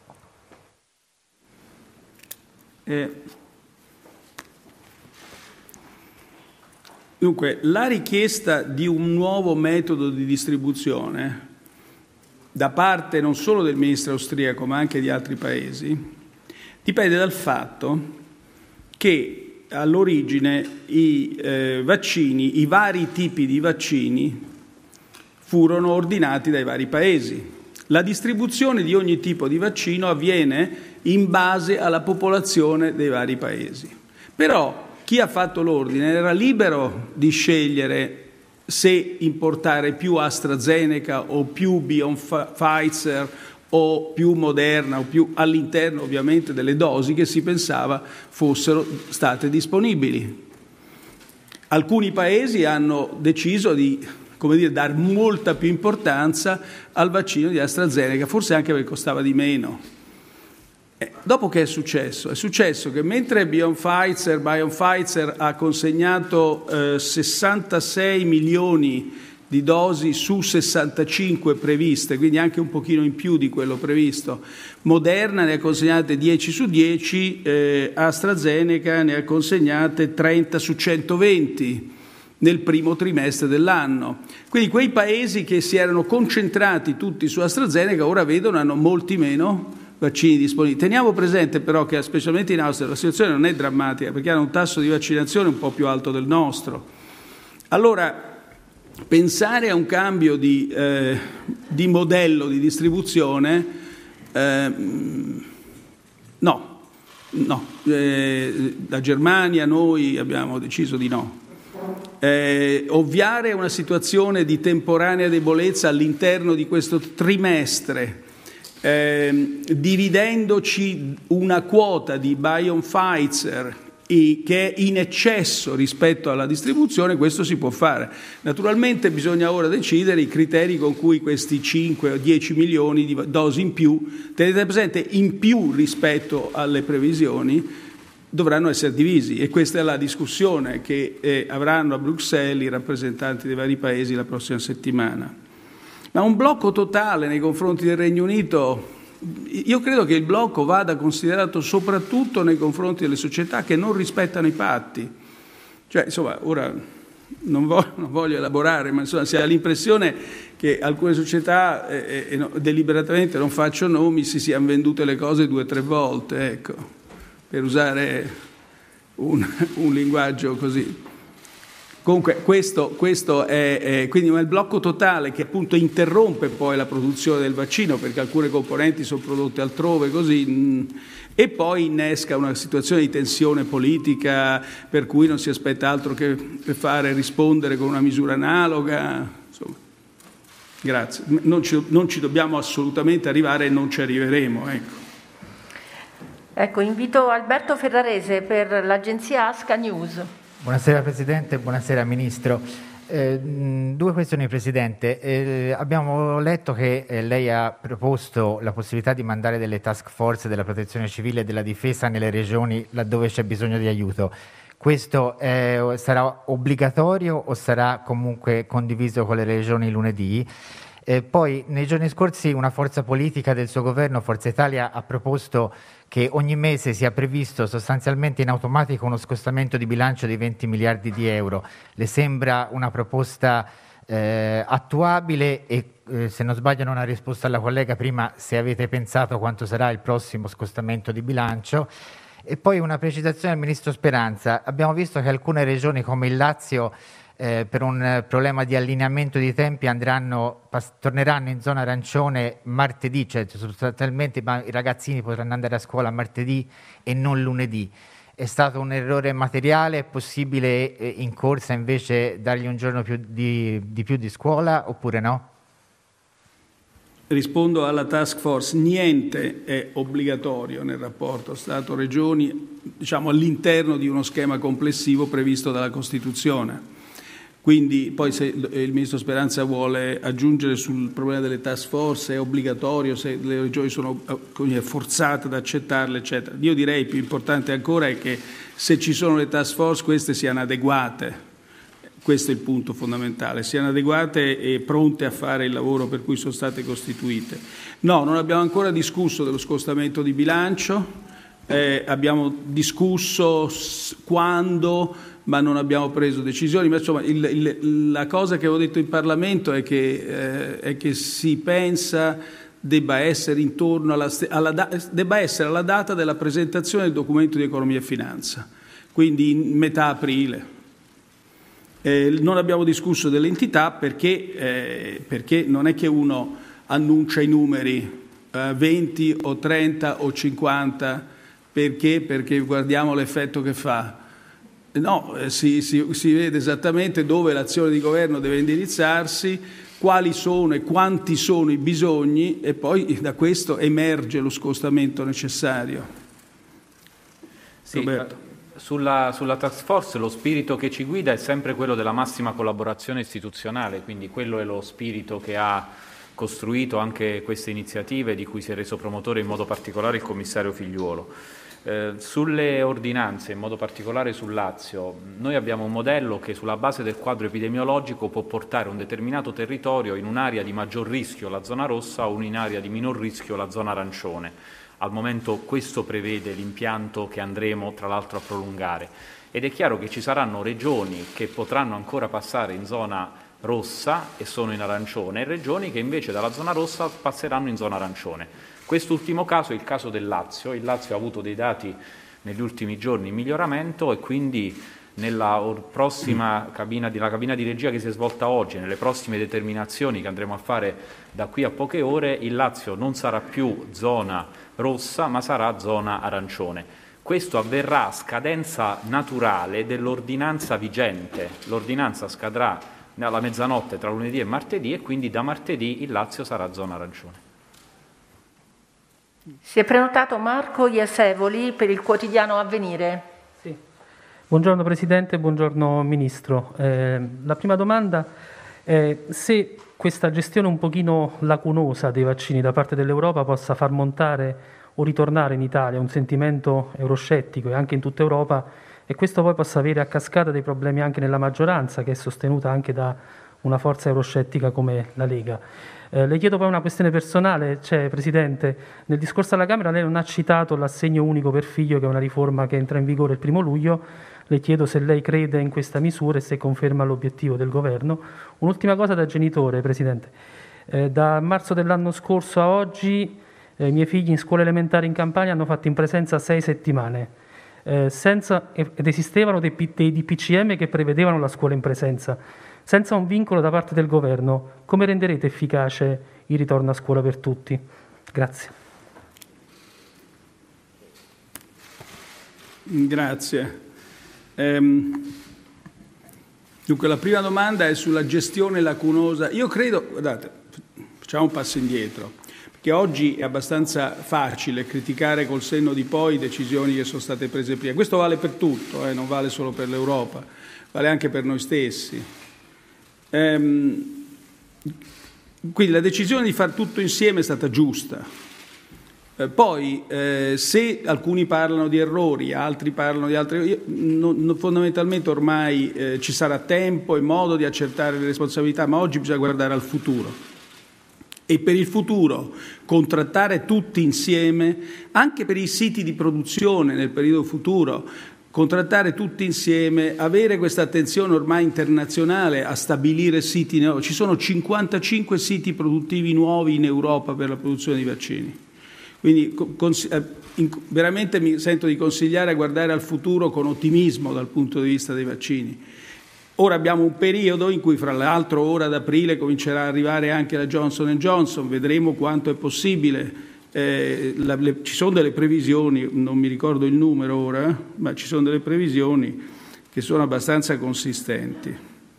Dunque, la richiesta di un nuovo metodo di distribuzione da parte non solo del ministro austriaco ma anche di altri paesi dipende dal fatto che all'origine i vari tipi di vaccini furono ordinati dai vari paesi. La distribuzione di ogni tipo di vaccino avviene in base alla popolazione dei vari paesi. Però chi ha fatto l'ordine era libero di scegliere se importare più AstraZeneca o più Pfizer o più Moderna o più all'interno ovviamente delle dosi che si pensava fossero state disponibili. Alcuni paesi hanno deciso di dar molta più importanza al vaccino di AstraZeneca, forse anche perché costava di meno. Dopo che è successo? È successo che mentre BioNPfizer ha consegnato 66 milioni di dosi su 65 previste, quindi anche un pochino in più di quello previsto, Moderna ne ha consegnate 10 su 10, AstraZeneca ne ha consegnate 30 su 120 nel primo trimestre dell'anno. Quindi quei paesi che si erano concentrati tutti su AstraZeneca ora hanno molti meno vaccini disponibili. Teniamo presente però che specialmente in Austria la situazione non è drammatica perché hanno un tasso di vaccinazione un po' più alto del nostro. Allora, pensare a un cambio di modello di distribuzione, no. La Germania, noi abbiamo deciso di no. Ovviare una situazione di temporanea debolezza all'interno di questo trimestre, dividendoci una quota di BioNPfizer che è in eccesso rispetto alla distribuzione, questo si può fare. Naturalmente bisogna ora decidere i criteri con cui questi 5 o 10 milioni di dosi in più, tenete presente in più rispetto alle previsioni, dovranno essere divisi, e questa è la discussione che avranno a Bruxelles i rappresentanti dei vari paesi la prossima settimana. Ma un blocco totale nei confronti del Regno Unito, io credo che il blocco vada considerato soprattutto nei confronti delle società che non rispettano i patti. Cioè, insomma, ora non voglio elaborare, ma insomma, si ha l'impressione che alcune società, deliberatamente non faccio nomi, si siano vendute le cose 2 o 3 volte, ecco, per usare un linguaggio così. Comunque questo è quindi il blocco totale che appunto interrompe poi la produzione del vaccino, perché alcune componenti sono prodotte altrove così, e poi innesca una situazione di tensione politica per cui non si aspetta altro che per rispondere con una misura analoga. Insomma, grazie. Non ci dobbiamo assolutamente arrivare e non ci arriveremo. Ecco, invito Alberto Ferrarese per l'agenzia ASCA News. Buonasera Presidente, buonasera Ministro. 2 questioni Presidente. Abbiamo letto che lei ha proposto la possibilità di mandare delle task force della protezione civile e della difesa nelle regioni laddove c'è bisogno di aiuto. Questo sarà obbligatorio o sarà comunque condiviso con le regioni lunedì? Poi nei giorni scorsi una forza politica del suo governo, Forza Italia, ha proposto che ogni mese sia previsto sostanzialmente in automatico uno scostamento di bilancio di 20 miliardi di euro. Le sembra una proposta attuabile? E se non sbaglio non ha risposto alla collega prima se avete pensato quanto sarà il prossimo scostamento di bilancio. E poi una precisazione al Ministro Speranza. Abbiamo visto che alcune regioni come il Lazio per un problema di allineamento di tempi torneranno in zona arancione martedì, cioè sostanzialmente i ragazzini potranno andare a scuola martedì e non lunedì. È stato un errore materiale? È possibile in corsa invece dargli un giorno di più di scuola oppure no? Rispondo alla task force. Niente è obbligatorio nel rapporto Stato-Regioni, diciamo all'interno di uno schema complessivo previsto dalla Costituzione. Quindi poi se il Ministro Speranza vuole aggiungere sul problema delle task force, è obbligatorio, se le regioni sono forzate ad accettarle, eccetera. Io direi più importante ancora è che se ci sono le task force queste siano adeguate. Questo è il punto fondamentale, siano adeguate e pronte a fare il lavoro per cui sono state costituite. No, non abbiamo ancora discusso dello scostamento di bilancio, abbiamo discusso quando, ma non abbiamo preso decisioni. Ma insomma, la cosa che avevo detto in Parlamento è che si pensa debba essere intorno debba essere alla data della presentazione del documento di economia e finanza, quindi in metà aprile. Non abbiamo discusso dell'entità perché non è che uno annuncia i numeri 20 o 30 o 50 perché guardiamo l'effetto che fa. No, si vede esattamente dove l'azione di governo deve indirizzarsi, quali sono e quanti sono i bisogni, e poi da questo emerge lo scostamento necessario. Sì, Roberto. Sulla task force lo spirito che ci guida è sempre quello della massima collaborazione istituzionale, quindi quello è lo spirito che ha costruito anche queste iniziative di cui si è reso promotore in modo particolare il commissario Figliuolo. Sulle ordinanze, in modo particolare sul Lazio, noi abbiamo un modello che sulla base del quadro epidemiologico può portare un determinato territorio in un'area di maggior rischio, la zona rossa, o in un'area di minor rischio, la zona arancione. Al momento questo prevede l'impianto che andremo tra l'altro a prolungare, ed è chiaro che ci saranno regioni che potranno ancora passare in zona rossa e sono in arancione, e regioni che invece dalla zona rossa passeranno in zona arancione. Quest'ultimo caso è il caso del Lazio. Il Lazio ha avuto dei dati negli ultimi giorni in miglioramento, e quindi nella prossima cabina di regia che si è svolta oggi, nelle prossime determinazioni che andremo a fare da qui a poche ore, il Lazio non sarà più zona rossa ma sarà zona arancione. Questo avverrà a scadenza naturale dell'ordinanza vigente. L'ordinanza scadrà alla mezzanotte tra lunedì e martedì, e quindi da martedì il Lazio sarà zona arancione. Si è prenotato Marco Iasevoli per il quotidiano Avvenire. Sì. Buongiorno Presidente, buongiorno Ministro. La prima domanda è se questa gestione un pochino lacunosa dei vaccini da parte dell'Europa possa far montare o ritornare in Italia un sentimento euroscettico e anche in tutta Europa, e questo poi possa avere a cascata dei problemi anche nella maggioranza, che è sostenuta anche da una forza euroscettica come la Lega. Le chiedo poi una questione personale, Presidente, nel discorso alla Camera lei non ha citato l'assegno unico per figlio, che è una riforma che entra in vigore il 1° luglio, le chiedo se lei crede in questa misura e se conferma l'obiettivo del Governo. Un'ultima cosa da genitore, Presidente, da marzo dell'anno scorso a oggi i miei figli in scuola elementare in Campania hanno fatto in presenza 6 settimane, ed esistevano dei DPCM che prevedevano la scuola in presenza. Senza un vincolo da parte del Governo, come renderete efficace il ritorno a scuola per tutti? Grazie. Grazie. Dunque, la prima domanda è sulla gestione lacunosa. Io credo, guardate, facciamo un passo indietro, perché oggi è abbastanza facile criticare col senno di poi decisioni che sono state prese prima. Questo vale per tutto, non vale solo per l'Europa, vale anche per noi stessi. Quindi la decisione di far tutto insieme è stata giusta. Poi se alcuni parlano di errori, altri parlano di altri, fondamentalmente ormai ci sarà tempo e modo di accertare le responsabilità, ma oggi bisogna guardare al futuro. E per il futuro contrattare tutti insieme, anche per i siti di produzione nel periodo futuro, contrattare tutti insieme, avere questa attenzione ormai internazionale a stabilire siti nuovi. Ci sono 55 siti produttivi nuovi in Europa per la produzione di vaccini. Quindi veramente mi sento di consigliare a guardare al futuro con ottimismo dal punto di vista dei vaccini. Ora abbiamo un periodo in cui, fra l'altro, ora ad aprile comincerà ad arrivare anche la Johnson & Johnson, vedremo quanto è possibile. Ci sono delle previsioni, non mi ricordo il numero ora, ma ci sono delle previsioni che sono abbastanza consistenti.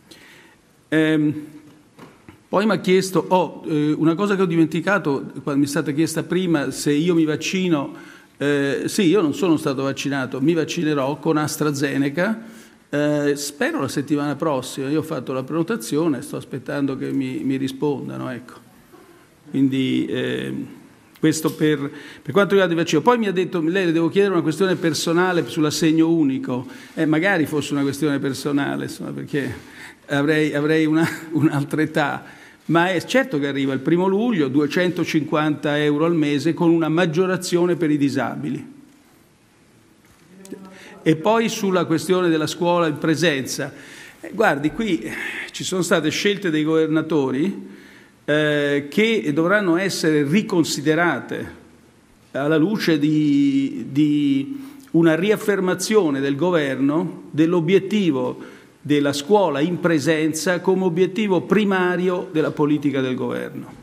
Poi mi ha chiesto, una cosa che ho dimenticato quando mi è stata chiesta prima, se io mi vaccino. Sì, io non sono stato vaccinato, mi vaccinerò con AstraZeneca, spero la settimana prossima. Io ho fatto la prenotazione, sto aspettando che mi rispondano, ecco. Quindi questo per quanto riguarda il vaccino. Poi mi ha detto, lei le devo chiedere una questione personale sull'assegno unico. Magari fosse una questione personale, insomma, perché avrei un'altra età. Ma è certo che arriva il 1° luglio, 250 euro al mese con una maggiorazione per i disabili. E poi sulla questione della scuola in presenza. Guardi, qui ci sono state scelte dei governatori che dovranno essere riconsiderate alla luce di una riaffermazione del governo dell'obiettivo della scuola in presenza come obiettivo primario della politica del governo.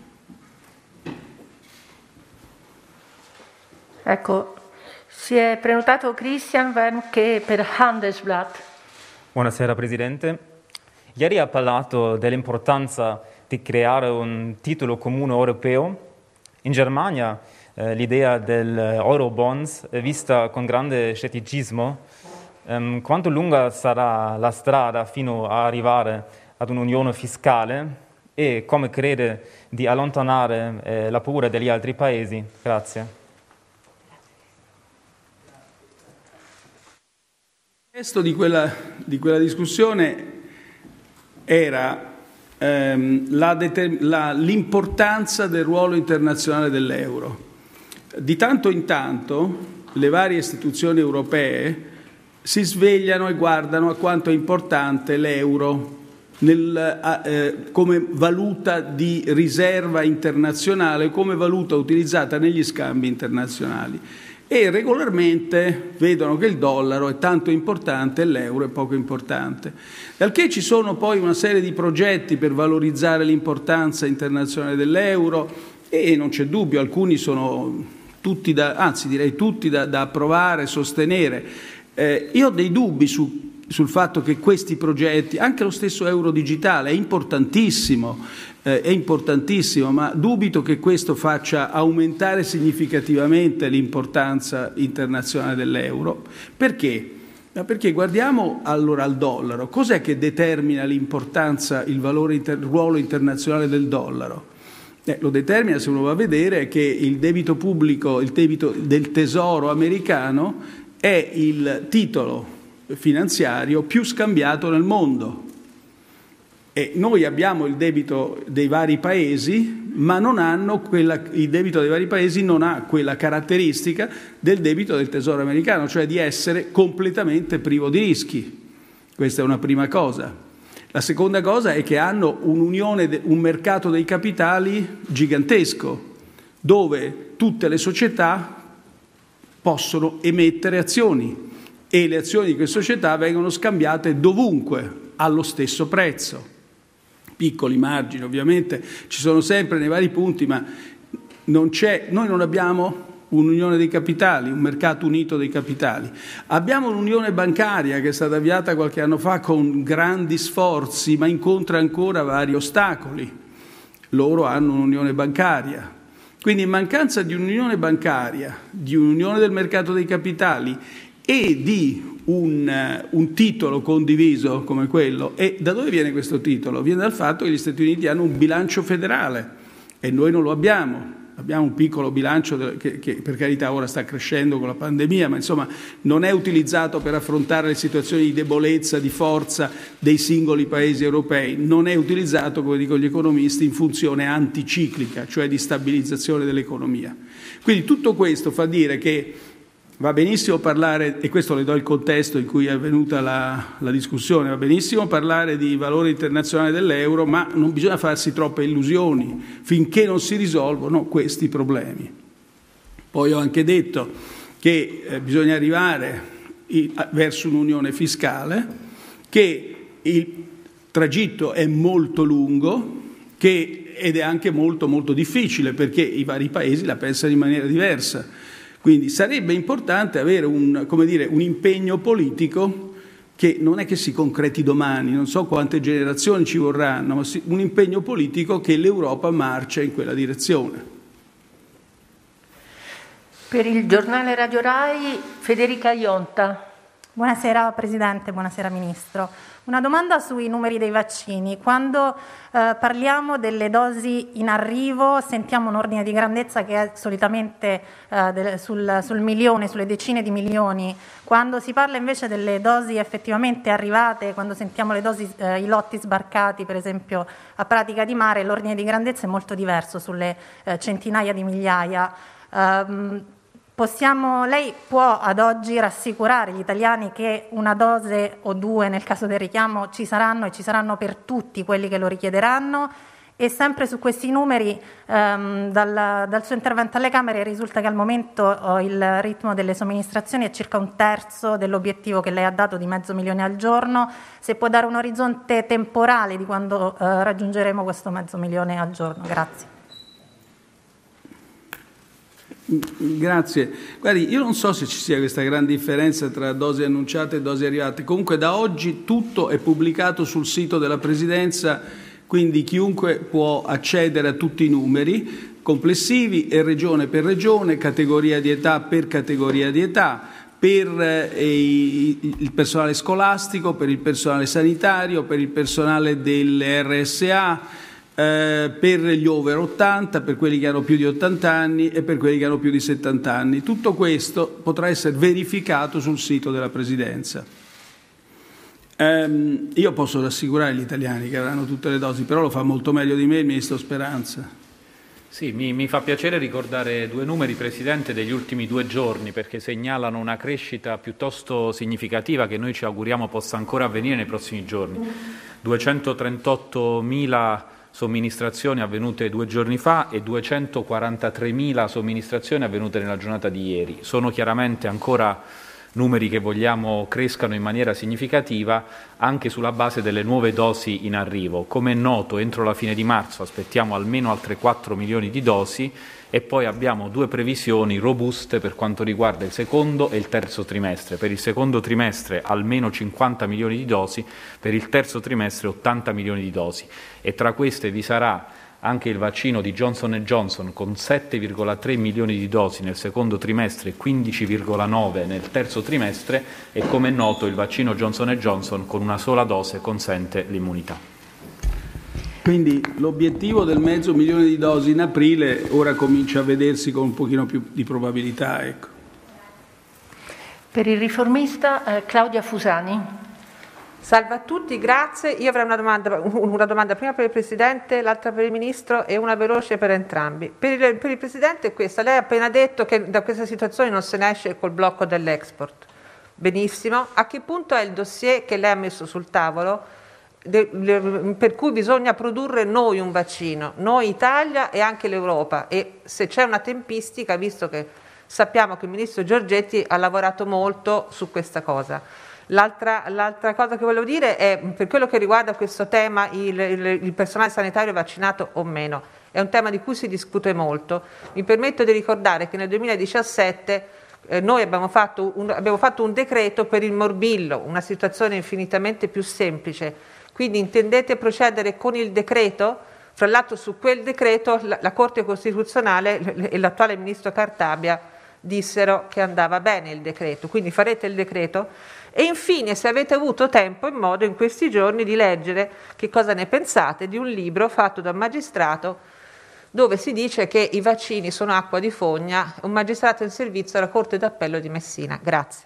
Ecco, si è prenotato Christian Wernke per Handelsblatt. Buonasera Presidente. Ieri ha parlato dell'importanza di creare un titolo comune europeo. In Germania l'idea del Eurobonds è vista con grande scetticismo. Quanto lunga sarà la strada fino ad arrivare ad un'unione fiscale e come crede di allontanare la paura degli altri paesi? Grazie. Il testo di quella discussione era l'importanza del ruolo internazionale dell'euro. Di tanto in tanto le varie istituzioni europee si svegliano e guardano a quanto è importante l'euro come valuta di riserva internazionale, come valuta utilizzata negli scambi internazionali. E regolarmente vedono che il dollaro è tanto importante e l'euro è poco importante. Dal che ci sono poi una serie di progetti per valorizzare l'importanza internazionale dell'euro e non c'è dubbio, alcuni sono tutti da approvare, sostenere. Io ho dei dubbi sul fatto che questi progetti, anche lo stesso euro digitale, è importantissimo, ma dubito che questo faccia aumentare significativamente l'importanza internazionale dell'euro. Perché? Perché guardiamo allora al dollaro. Cos'è che determina l'importanza, il ruolo internazionale del dollaro? Lo determina, se uno va a vedere, che il debito pubblico, il debito del tesoro americano è il titolo finanziario più scambiato nel mondo. E noi abbiamo il debito dei vari paesi, ma il debito dei vari paesi non ha quella caratteristica del debito del tesoro americano, cioè di essere completamente privo di rischi. Questa è una prima cosa. La seconda cosa è che hanno un mercato dei capitali gigantesco, dove tutte le società possono emettere azioni e le azioni di queste società vengono scambiate dovunque allo stesso prezzo. Piccoli margini, ovviamente, ci sono sempre nei vari punti, ma noi non abbiamo un'unione dei capitali, un mercato unito dei capitali. Abbiamo un'unione bancaria che è stata avviata qualche anno fa con grandi sforzi, ma incontra ancora vari ostacoli. Loro hanno un'unione bancaria. Quindi in mancanza di un'unione bancaria, di un'unione del mercato dei capitali e di un titolo condiviso come quello. E da dove viene questo titolo? Viene dal fatto che gli Stati Uniti hanno un bilancio federale e noi non lo abbiamo. Abbiamo un piccolo bilancio che per carità ora sta crescendo con la pandemia, ma insomma non è utilizzato per affrontare le situazioni di debolezza, di forza dei singoli paesi europei, non è utilizzato, come dicono gli economisti, in funzione anticiclica, cioè di stabilizzazione dell'economia. Quindi tutto questo fa dire che va benissimo parlare, e questo le do il contesto in cui è avvenuta la discussione, va benissimo parlare di valore internazionale dell'euro, ma non bisogna farsi troppe illusioni finché non si risolvono questi problemi. Poi ho anche detto che bisogna arrivare verso un'unione fiscale, che il tragitto è molto lungo ed è anche molto molto difficile perché i vari paesi la pensano in maniera diversa. Quindi sarebbe importante avere un impegno politico che non è che si concreti domani, non so quante generazioni ci vorranno, ma un impegno politico che l'Europa marcia in quella direzione. Per il giornale Radio Rai, Federica Ionta. Buonasera Presidente, buonasera Ministro. Una domanda sui numeri dei vaccini. Quando parliamo delle dosi in arrivo sentiamo un ordine di grandezza che è solitamente sul milione, sulle decine di milioni. Quando si parla invece delle dosi effettivamente arrivate, quando sentiamo le dosi, i lotti sbarcati per esempio a Pratica di Mare, l'ordine di grandezza è molto diverso, sulle centinaia di migliaia. Lei può ad oggi rassicurare gli italiani che una dose o due nel caso del richiamo ci saranno e ci saranno per tutti quelli che lo richiederanno? E sempre su questi numeri, dal suo intervento alle Camere risulta che al momento il ritmo delle somministrazioni è circa un terzo dell'obiettivo che lei ha dato di 500.000 al giorno. Se può dare un orizzonte temporale di quando raggiungeremo questo 500.000 al giorno. Grazie. Grazie. Guardi, io non so se ci sia questa grande differenza tra dosi annunciate e dosi arrivate. Comunque da oggi tutto è pubblicato sul sito della Presidenza, quindi chiunque può accedere a tutti i numeri complessivi e regione per regione, categoria di età per categoria di età, per il personale scolastico, per il personale sanitario, per il personale delle RSA, per gli over 80, per quelli che hanno più di 80 anni e per quelli che hanno più di 70 anni. Tutto questo potrà essere verificato sul sito della Presidenza. Io posso rassicurare gli italiani che avranno tutte le dosi, però lo fa molto meglio di me il Ministro Speranza. Sì, mi fa piacere ricordare due numeri, Presidente, degli ultimi 2 giorni, perché segnalano una crescita piuttosto significativa che noi ci auguriamo possa ancora avvenire nei prossimi giorni. 238.000 somministrazioni avvenute 2 giorni fa e 243.000 somministrazioni avvenute nella giornata di ieri. Sono chiaramente ancora numeri che vogliamo crescano in maniera significativa anche sulla base delle nuove dosi in arrivo. Come è noto, entro la fine di marzo aspettiamo almeno altre 4 milioni di dosi e poi abbiamo 2 previsioni robuste per quanto riguarda il secondo e il terzo trimestre. Per il secondo trimestre almeno 50 milioni di dosi, per il terzo trimestre 80 milioni di dosi e tra queste vi sarà anche il vaccino di Johnson & Johnson con 7,3 milioni di dosi nel secondo trimestre e 15,9 nel terzo trimestre, e come è noto il vaccino Johnson & Johnson con una sola dose consente l'immunità. Quindi l'obiettivo del 500.000 di dosi in aprile ora comincia a vedersi con un pochino più di probabilità. Ecco. Per il riformista Claudia Fusani. Salve a tutti, grazie. Io avrei una domanda prima per il Presidente, l'altra per il Ministro e una veloce per entrambi. Per il Presidente è questa: lei ha appena detto che da questa situazione non se ne esce col blocco dell'export. Benissimo. A che punto è il dossier che lei ha messo sul tavolo per cui bisogna produrre noi un vaccino, noi Italia e anche l'Europa, e se c'è una tempistica, visto che sappiamo che il Ministro Giorgetti ha lavorato molto su questa cosa. L'altra cosa che volevo dire è, per quello che riguarda questo tema, il personale sanitario vaccinato o meno, è un tema di cui si discute molto. Mi permetto di ricordare che nel 2017 noi abbiamo fatto un decreto per il morbillo, una situazione infinitamente più semplice. Quindi intendete procedere con il decreto? Fra l'altro su quel decreto la Corte Costituzionale e l'attuale Ministro Cartabia dissero che andava bene il decreto, quindi farete il decreto? E infine, se avete avuto tempo e modo in questi giorni di leggere che cosa ne pensate di un libro fatto da un magistrato dove si dice che i vaccini sono acqua di fogna, un magistrato in servizio alla Corte d'Appello di Messina. Grazie.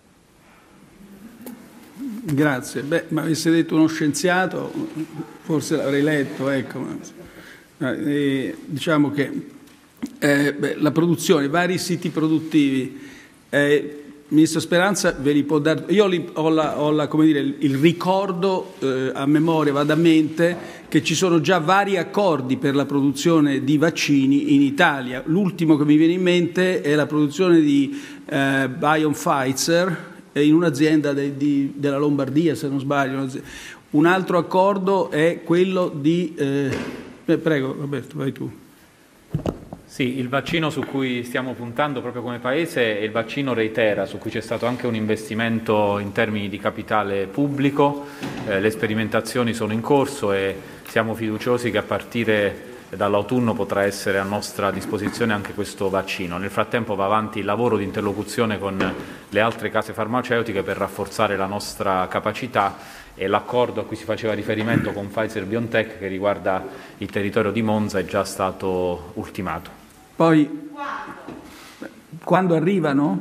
Grazie. Ma avesse detto uno scienziato, forse l'avrei letto. Ecco. Diciamo che la produzione, i vari siti produttivi, Ministro Speranza ve li può dare. Io ho come dire, il ricordo a memoria, vado a mente, che ci sono già vari accordi per la produzione di vaccini in Italia. L'ultimo che mi viene in mente è la produzione di BioNTech in un'azienda della Lombardia, se non sbaglio. Un altro accordo è quello di... prego Roberto, vai tu. Sì, il vaccino su cui stiamo puntando proprio come Paese è il vaccino Reitera, su cui c'è stato anche un investimento in termini di capitale pubblico. Le sperimentazioni sono in corso e siamo fiduciosi che a partire dall'autunno potrà essere a nostra disposizione anche questo vaccino. Nel frattempo va avanti il lavoro di interlocuzione con le altre case farmaceutiche per rafforzare la nostra capacità, e l'accordo a cui si faceva riferimento con Pfizer-BioNTech, che riguarda il territorio di Monza, è già stato ultimato. Poi, quando arrivano?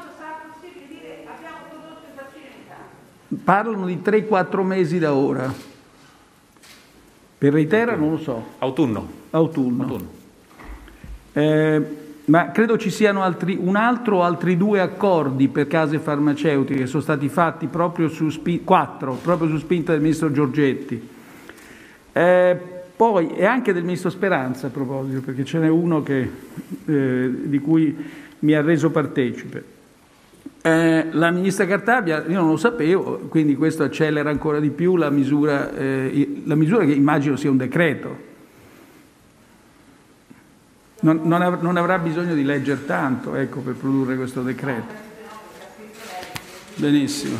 Parlano di 3-4 mesi da ora. Per Reitera non lo so. Autunno. Ma credo ci siano altri 2 accordi per case farmaceutiche che sono stati fatti proprio su spinta del Ministro Giorgetti. Poi, e anche del Ministro Speranza a proposito, perché ce n'è uno di cui mi ha reso partecipe. La Ministra Cartabia, io non lo sapevo, quindi questo accelera ancora di più la misura che immagino sia un decreto. Non avrà bisogno di leggere tanto, ecco, per produrre questo decreto. Benissimo.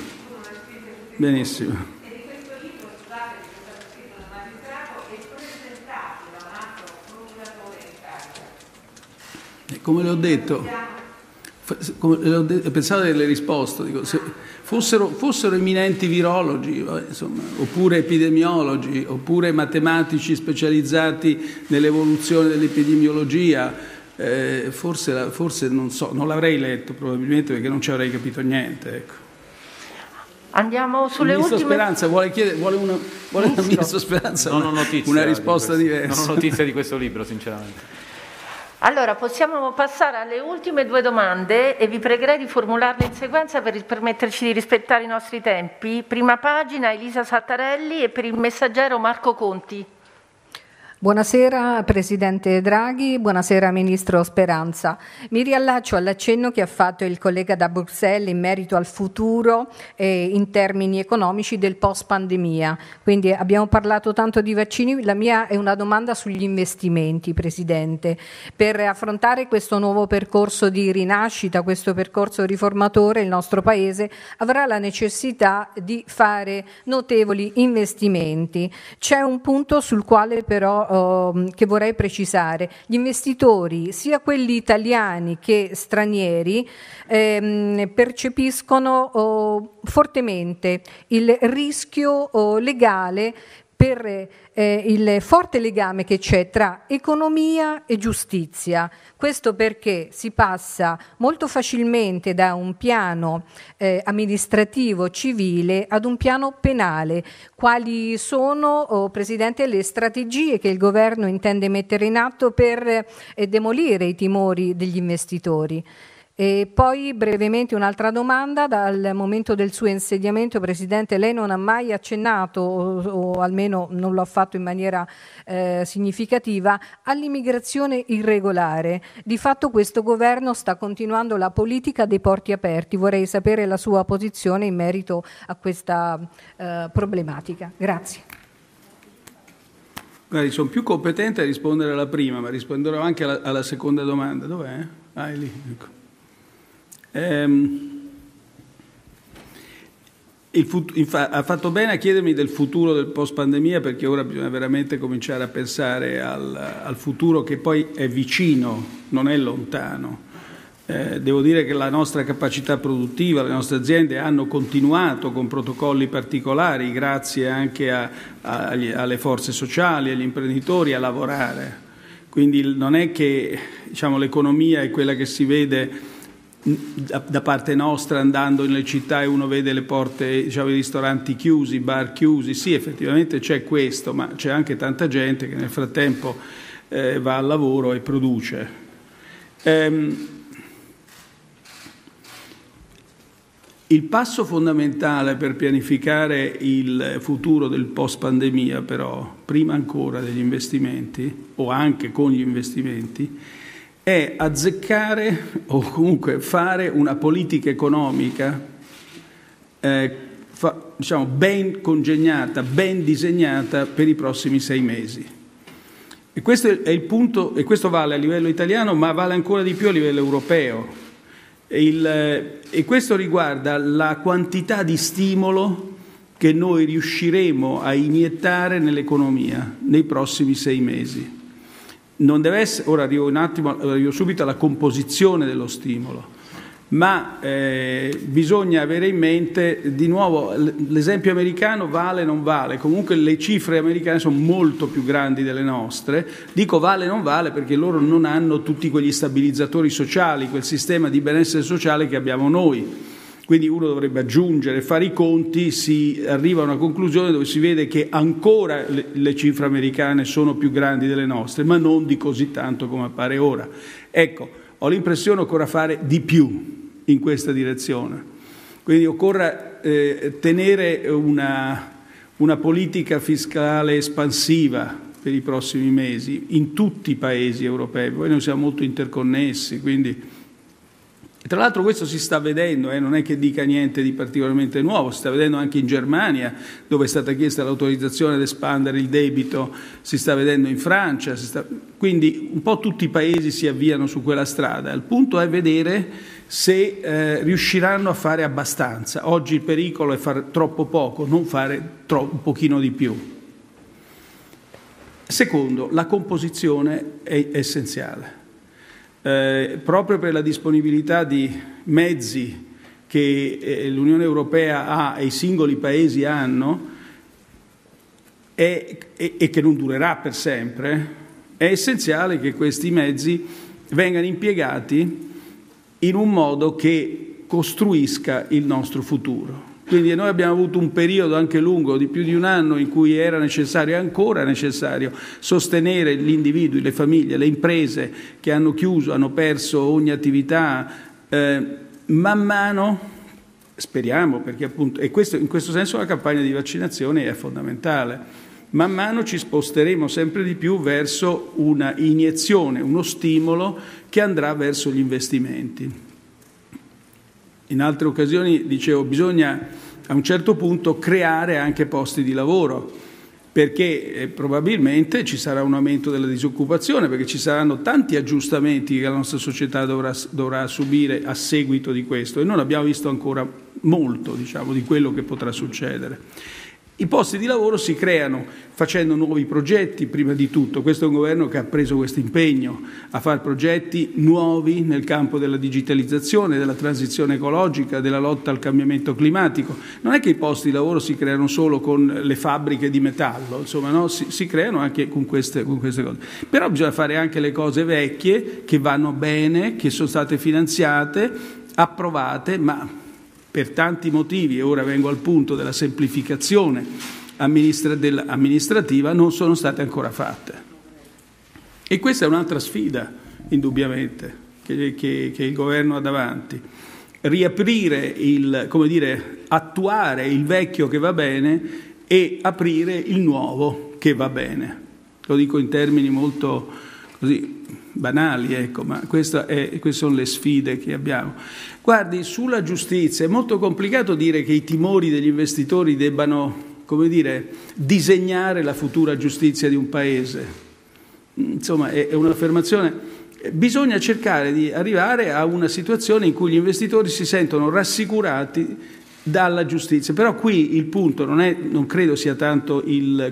Come le ho detto, pensavo delle risposte, dico, se fossero eminenti virologi, insomma, oppure epidemiologi, oppure matematici specializzati nell'evoluzione dell'epidemiologia, forse non so, non l'avrei letto probabilmente, perché non ci avrei capito niente. Ecco. Andiamo sulle ultime. Il Ministro Speranza vuole il Ministro Speranza non ho notizia una risposta diversa. Non ho notizia di questo libro, sinceramente. Allora, possiamo passare alle ultime 2 domande e vi pregherei di formularle in sequenza per permetterci di rispettare i nostri tempi. Prima pagina Elisa Sattarelli e per il Messaggero Marco Conti. Buonasera Presidente Draghi, buonasera Ministro Speranza. Mi riallaccio all'accenno che ha fatto il collega da Bruxelles in merito al futuro in termini economici del post pandemia. Quindi abbiamo parlato tanto di vaccini, la mia è una domanda sugli investimenti, Presidente. Per affrontare questo nuovo percorso di rinascita, questo percorso riformatore, il nostro Paese avrà la necessità di fare notevoli investimenti. C'è un punto sul quale però che vorrei precisare. Gli investitori, sia quelli italiani che stranieri, percepiscono fortemente il rischio legale per il forte legame che c'è tra economia e giustizia. Questo perché si passa molto facilmente da un piano amministrativo civile ad un piano penale. Quali sono, Presidente, le strategie che il Governo intende mettere in atto per demolire i timori degli investitori? E poi brevemente un'altra domanda: dal momento del suo insediamento, Presidente, lei non ha mai accennato, o almeno non lo ha fatto in maniera significativa, all'immigrazione irregolare. Di fatto questo governo sta continuando la politica dei porti aperti. Vorrei sapere la sua posizione in merito a questa problematica. Grazie. Guardi, sono più competente a rispondere alla prima, ma risponderò anche alla seconda domanda. Dov'è? Ah, è lì. Ecco. Ha fatto bene a chiedermi del futuro del post pandemia, perché ora bisogna veramente cominciare a pensare al futuro, che poi è vicino, non è lontano. Devo dire che la nostra capacità produttiva, le nostre aziende hanno continuato con protocolli particolari, grazie anche alle forze sociali, agli imprenditori, a lavorare. Quindi non è che, diciamo, l'economia è quella che si vede da parte nostra andando nelle città e uno vede le porte, diciamo, i ristoranti chiusi, i bar chiusi. Sì, effettivamente c'è questo, ma c'è anche tanta gente che nel frattempo va al lavoro e produce. Il passo fondamentale per pianificare il futuro del post pandemia, però, prima ancora degli investimenti o anche con gli investimenti, è azzeccare o comunque fare una politica economica diciamo ben congegnata, ben disegnata per i prossimi 6 mesi. E questo è il punto, e questo vale a livello italiano, ma vale ancora di più a livello europeo. E questo riguarda la quantità di stimolo che noi riusciremo a iniettare nell'economia nei prossimi 6 mesi. Non deve essere, ora arrivo subito alla composizione dello stimolo, ma bisogna avere in mente, di nuovo, l'esempio americano vale o non vale. Comunque le cifre americane sono molto più grandi delle nostre. Dico vale o non vale perché loro non hanno tutti quegli stabilizzatori sociali, quel sistema di benessere sociale che abbiamo noi. Quindi uno dovrebbe aggiungere, fare i conti, si arriva a una conclusione dove si vede che ancora le cifre americane sono più grandi delle nostre, ma non di così tanto come appare ora. Ecco, ho l'impressione che occorra fare di più in questa direzione. Quindi occorre tenere una politica fiscale espansiva per i prossimi mesi in tutti i paesi europei. Poi noi siamo molto interconnessi, quindi... Tra l'altro questo si sta vedendo, non è che dica niente di particolarmente nuovo, si sta vedendo anche in Germania, dove è stata chiesta l'autorizzazione ad espandere il debito, si sta vedendo in Francia, quindi un po' tutti i paesi si avviano su quella strada. Il punto è vedere se riusciranno a fare abbastanza. Oggi il pericolo è fare troppo poco, non fare un pochino di più. Secondo, la composizione è essenziale. Proprio per la disponibilità di mezzi che l'Unione Europea ha e i singoli paesi hanno e che non durerà per sempre, è essenziale che questi mezzi vengano impiegati in un modo che costruisca il nostro futuro. Quindi noi abbiamo avuto un periodo anche lungo, di più di un anno, in cui era necessario, e ancora necessario, sostenere gli individui, le famiglie, le imprese che hanno chiuso, hanno perso ogni attività. Man mano, speriamo, perché appunto, e in questo senso la campagna di vaccinazione è fondamentale, man mano ci sposteremo sempre di più verso una iniezione, uno stimolo che andrà verso gli investimenti. In altre occasioni dicevo, bisogna a un certo punto creare anche posti di lavoro, perché probabilmente ci sarà un aumento della disoccupazione, perché ci saranno tanti aggiustamenti che la nostra società dovrà subire a seguito di questo, e non abbiamo visto ancora molto, diciamo, di quello che potrà succedere. I posti di lavoro si creano facendo nuovi progetti, prima di tutto. Questo è un governo che ha preso questo impegno a fare progetti nuovi nel campo della digitalizzazione, della transizione ecologica, della lotta al cambiamento climatico. Non è che i posti di lavoro si creano solo con le fabbriche di metallo, insomma, no? Si creano anche con queste cose. Però bisogna fare anche le cose vecchie che vanno bene, che sono state finanziate, approvate, ma per tanti motivi, e ora vengo al punto della semplificazione amministrativa, non sono state ancora fatte. E questa è un'altra sfida, indubbiamente, che il governo ha davanti. Riaprire attuare il vecchio che va bene e aprire il nuovo che va bene. Lo dico in termini molto così banali, ecco, ma queste sono le sfide che abbiamo. Guardi, sulla giustizia è molto complicato dire che i timori degli investitori debbano, disegnare la futura giustizia di un paese. Insomma, è un'affermazione. Bisogna cercare di arrivare a una situazione in cui gli investitori si sentono rassicurati dalla giustizia. Però qui il punto non credo sia tanto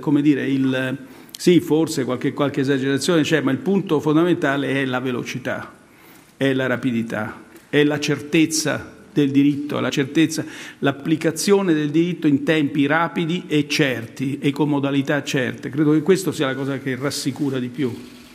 sì, forse qualche esagerazione c'è, ma il punto fondamentale è la velocità, è la rapidità, è la certezza del diritto, l'applicazione del diritto in tempi rapidi e certi e con modalità certe. Credo che questo sia la cosa che rassicura di più.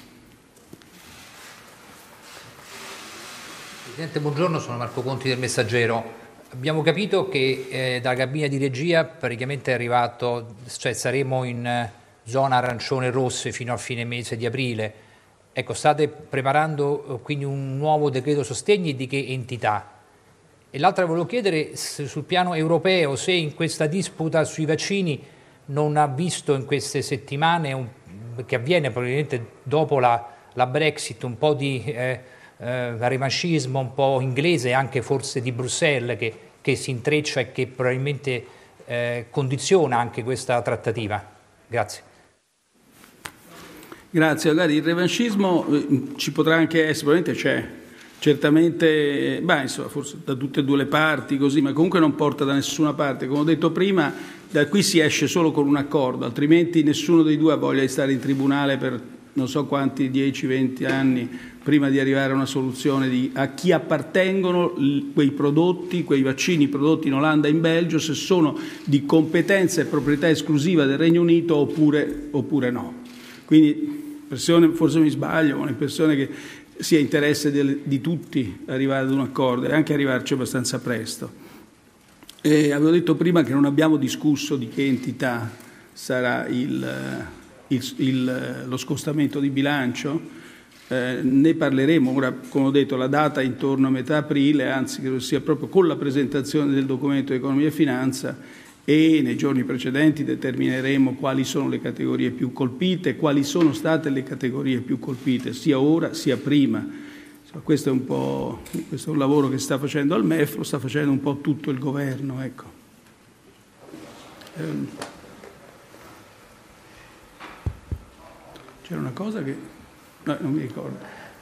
Presidente, buongiorno, sono Marco Conti del Messaggero. Abbiamo capito che dalla cabina di regia praticamente è arrivato, cioè saremo in zona arancione e rosse fino a fine mese di aprile. Ecco, state preparando quindi un nuovo decreto sostegni e di che entità? E l'altra volevo chiedere sul piano europeo se in questa disputa sui vaccini non ha visto in queste settimane, che avviene probabilmente dopo la Brexit, un po' di revanchismo un po' inglese e anche forse di Bruxelles che si intreccia e che probabilmente condiziona anche questa trattativa. Grazie. Grazie. Guardi, il revanchismo ci potrà anche essere, probabilmente c'è, certamente, forse da tutte e due le parti, così, ma comunque non porta da nessuna parte. Come ho detto prima, da qui si esce solo con un accordo, altrimenti nessuno dei due ha voglia di stare in tribunale per non so quanti 10-20 anni prima di arrivare a una soluzione a chi appartengono quei prodotti, quei vaccini prodotti in Olanda e in Belgio, se sono di competenza e proprietà esclusiva del Regno Unito oppure no. Quindi forse mi sbaglio, ma ho l'impressione che sia interesse di tutti arrivare ad un accordo e anche arrivarci abbastanza presto. Avevo detto prima che non abbiamo discusso di che entità sarà lo scostamento di bilancio, ne parleremo ora, come ho detto, la data è intorno a metà aprile, anzi credo sia proprio con la presentazione del documento di economia e finanza, e nei giorni precedenti determineremo quali sono le categorie più colpite, quali sono state le categorie più colpite, sia ora sia prima. Questo è un lavoro che sta facendo al MEF, lo sta facendo un po' tutto il governo. Ecco. C'era una cosa che no, non mi ricordo.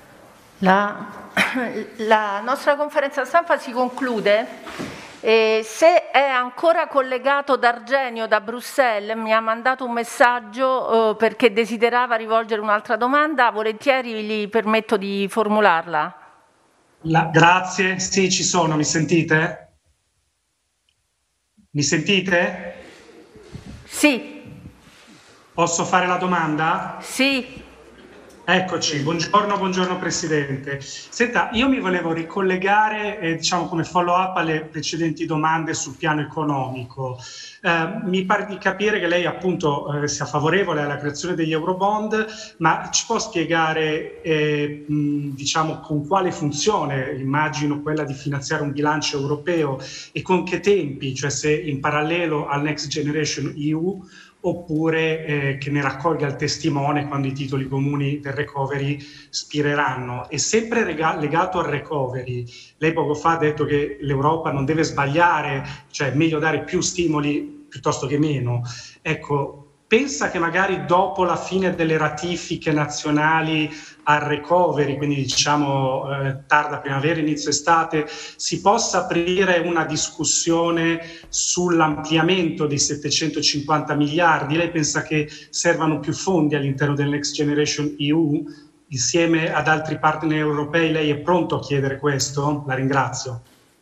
La nostra conferenza stampa si conclude. Se è ancora collegato D'Argenio da Bruxelles, mi ha mandato un messaggio perché desiderava rivolgere un'altra domanda, volentieri gli permetto di formularla. Grazie, sì, ci sono, mi sentite? Mi sentite? Sì. Posso fare la domanda? Sì. Eccoci, buongiorno Presidente. Senta, io mi volevo ricollegare come follow up alle precedenti domande sul piano economico. Mi pare di capire che lei appunto sia favorevole alla creazione degli Eurobond, ma ci può spiegare con quale funzione, immagino quella di finanziare un bilancio europeo, e con che tempi, cioè se in parallelo al Next Generation EU oppure che ne raccolga il testimone quando i titoli comuni del recovery spireranno. E sempre legato al recovery, lei poco fa ha detto che l'Europa non deve sbagliare, cioè è meglio dare più stimoli piuttosto che meno. Ecco, pensa che magari dopo la fine delle ratifiche nazionali al recovery, quindi diciamo tarda primavera, inizio estate, si possa aprire una discussione sull'ampliamento dei 750 miliardi? Lei pensa che servano più fondi all'interno del Next Generation EU? Insieme ad altri partner europei lei è pronto a chiedere questo? La ringrazio.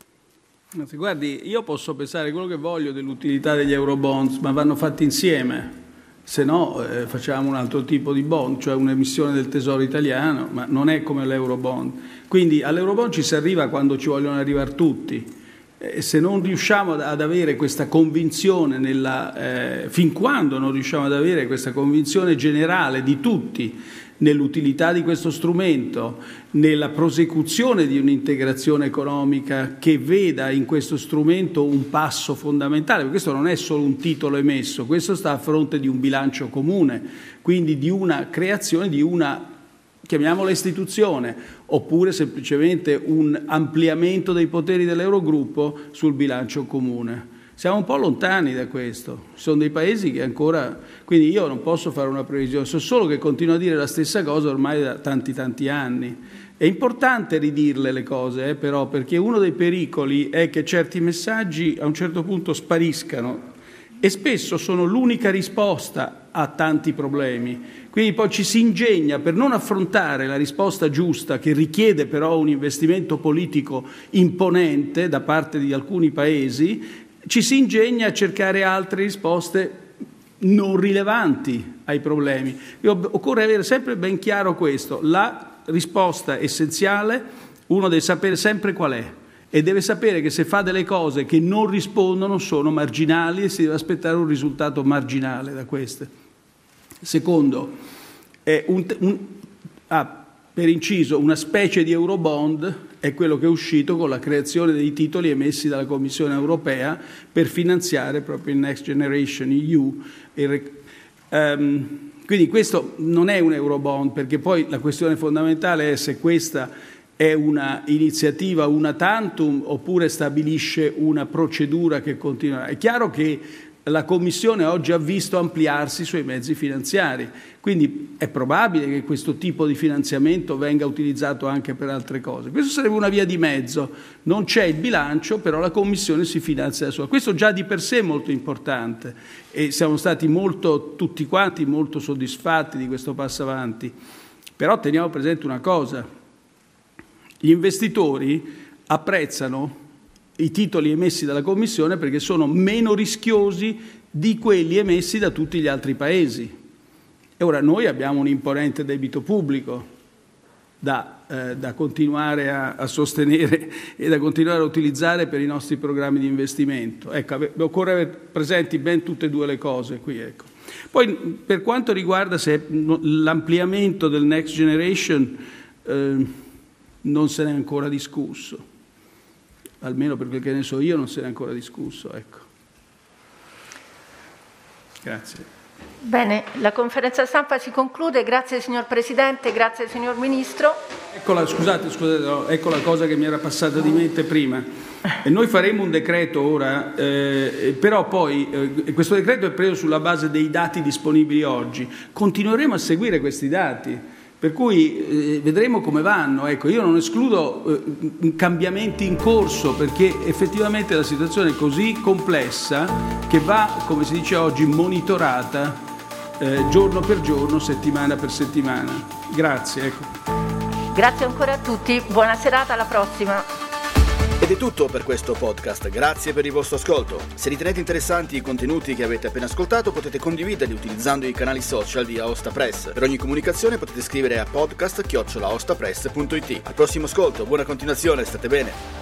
Guardi, io posso pensare quello che voglio dell'utilità degli Eurobonds, ma vanno fatti insieme. Se no facciamo un altro tipo di bond, cioè un'emissione del tesoro italiano, ma non è come l'Eurobond. Quindi all'Eurobond ci si arriva quando ci vogliono arrivare tutti. Se non riusciamo ad avere questa convinzione, fin quando non riusciamo ad avere questa convinzione generale di tutti nell'utilità di questo strumento, nella prosecuzione di un'integrazione economica che veda in questo strumento un passo fondamentale, perché questo non è solo un titolo emesso, questo sta a fronte di un bilancio comune, quindi di una creazione di una, chiamiamola istituzione, oppure semplicemente un ampliamento dei poteri dell'Eurogruppo sul bilancio comune. Siamo un po' lontani da questo, ci sono dei paesi che ancora, quindi io non posso fare una previsione, so solo che continuo a dire la stessa cosa ormai da tanti anni. È importante ridirle le cose, però, perché uno dei pericoli è che certi messaggi a un certo punto spariscano e spesso sono l'unica risposta a tanti problemi. Quindi poi ci si ingegna per non affrontare la risposta giusta, che richiede però un investimento politico imponente da parte di alcuni paesi, ci si ingegna a cercare altre risposte non rilevanti ai problemi. Occorre avere sempre ben chiaro questo: la risposta essenziale, uno deve sapere sempre qual è e deve sapere che se fa delle cose che non rispondono sono marginali e si deve aspettare un risultato marginale da queste. Secondo, per inciso, una specie di Eurobond è quello che è uscito con la creazione dei titoli emessi dalla Commissione europea per finanziare proprio il Next Generation EU. Quindi questo non è un Eurobond, perché poi la questione fondamentale è se questa è una iniziativa una tantum oppure stabilisce una procedura che continuerà. È chiaro che la Commissione oggi ha visto ampliarsi i suoi mezzi finanziari, quindi è probabile che questo tipo di finanziamento venga utilizzato anche per altre cose. Questo sarebbe una via di mezzo, non c'è il bilancio, però la Commissione si finanzia da sola. Questo già di per sé è molto importante e siamo stati tutti quanti molto soddisfatti di questo passo avanti. Però teniamo presente una cosa: gli investitori apprezzano i titoli emessi dalla Commissione perché sono meno rischiosi di quelli emessi da tutti gli altri paesi. E ora noi abbiamo un imponente debito pubblico da continuare a sostenere e da continuare a utilizzare per i nostri programmi di investimento. Ecco, occorre avere presenti ben tutte e due le cose qui. Ecco. Poi per quanto riguarda l'ampliamento del Next Generation, non se n'è ancora discusso. Almeno per quel che ne so io non se ne è ancora discusso. Ecco. Grazie. Bene, la conferenza stampa si conclude. Grazie signor Presidente, grazie signor Ministro. Scusate, no, ecco la cosa che mi era passata di mente prima. Noi faremo un decreto ora, però poi questo decreto è preso sulla base dei dati disponibili oggi. Continueremo a seguire questi dati. Per cui vedremo come vanno. Ecco, io non escludo cambiamenti in corso, perché effettivamente la situazione è così complessa che va, come si dice oggi, monitorata giorno per giorno, settimana per settimana. Grazie. Ecco. Grazie ancora a tutti, buona serata, alla prossima. Ed è tutto per questo podcast, grazie per il vostro ascolto. Se ritenete interessanti i contenuti che avete appena ascoltato, potete condividerli utilizzando i canali social di Aosta Press. Per ogni comunicazione potete scrivere a podcast@aostapress.it. Al prossimo ascolto, buona continuazione, state bene.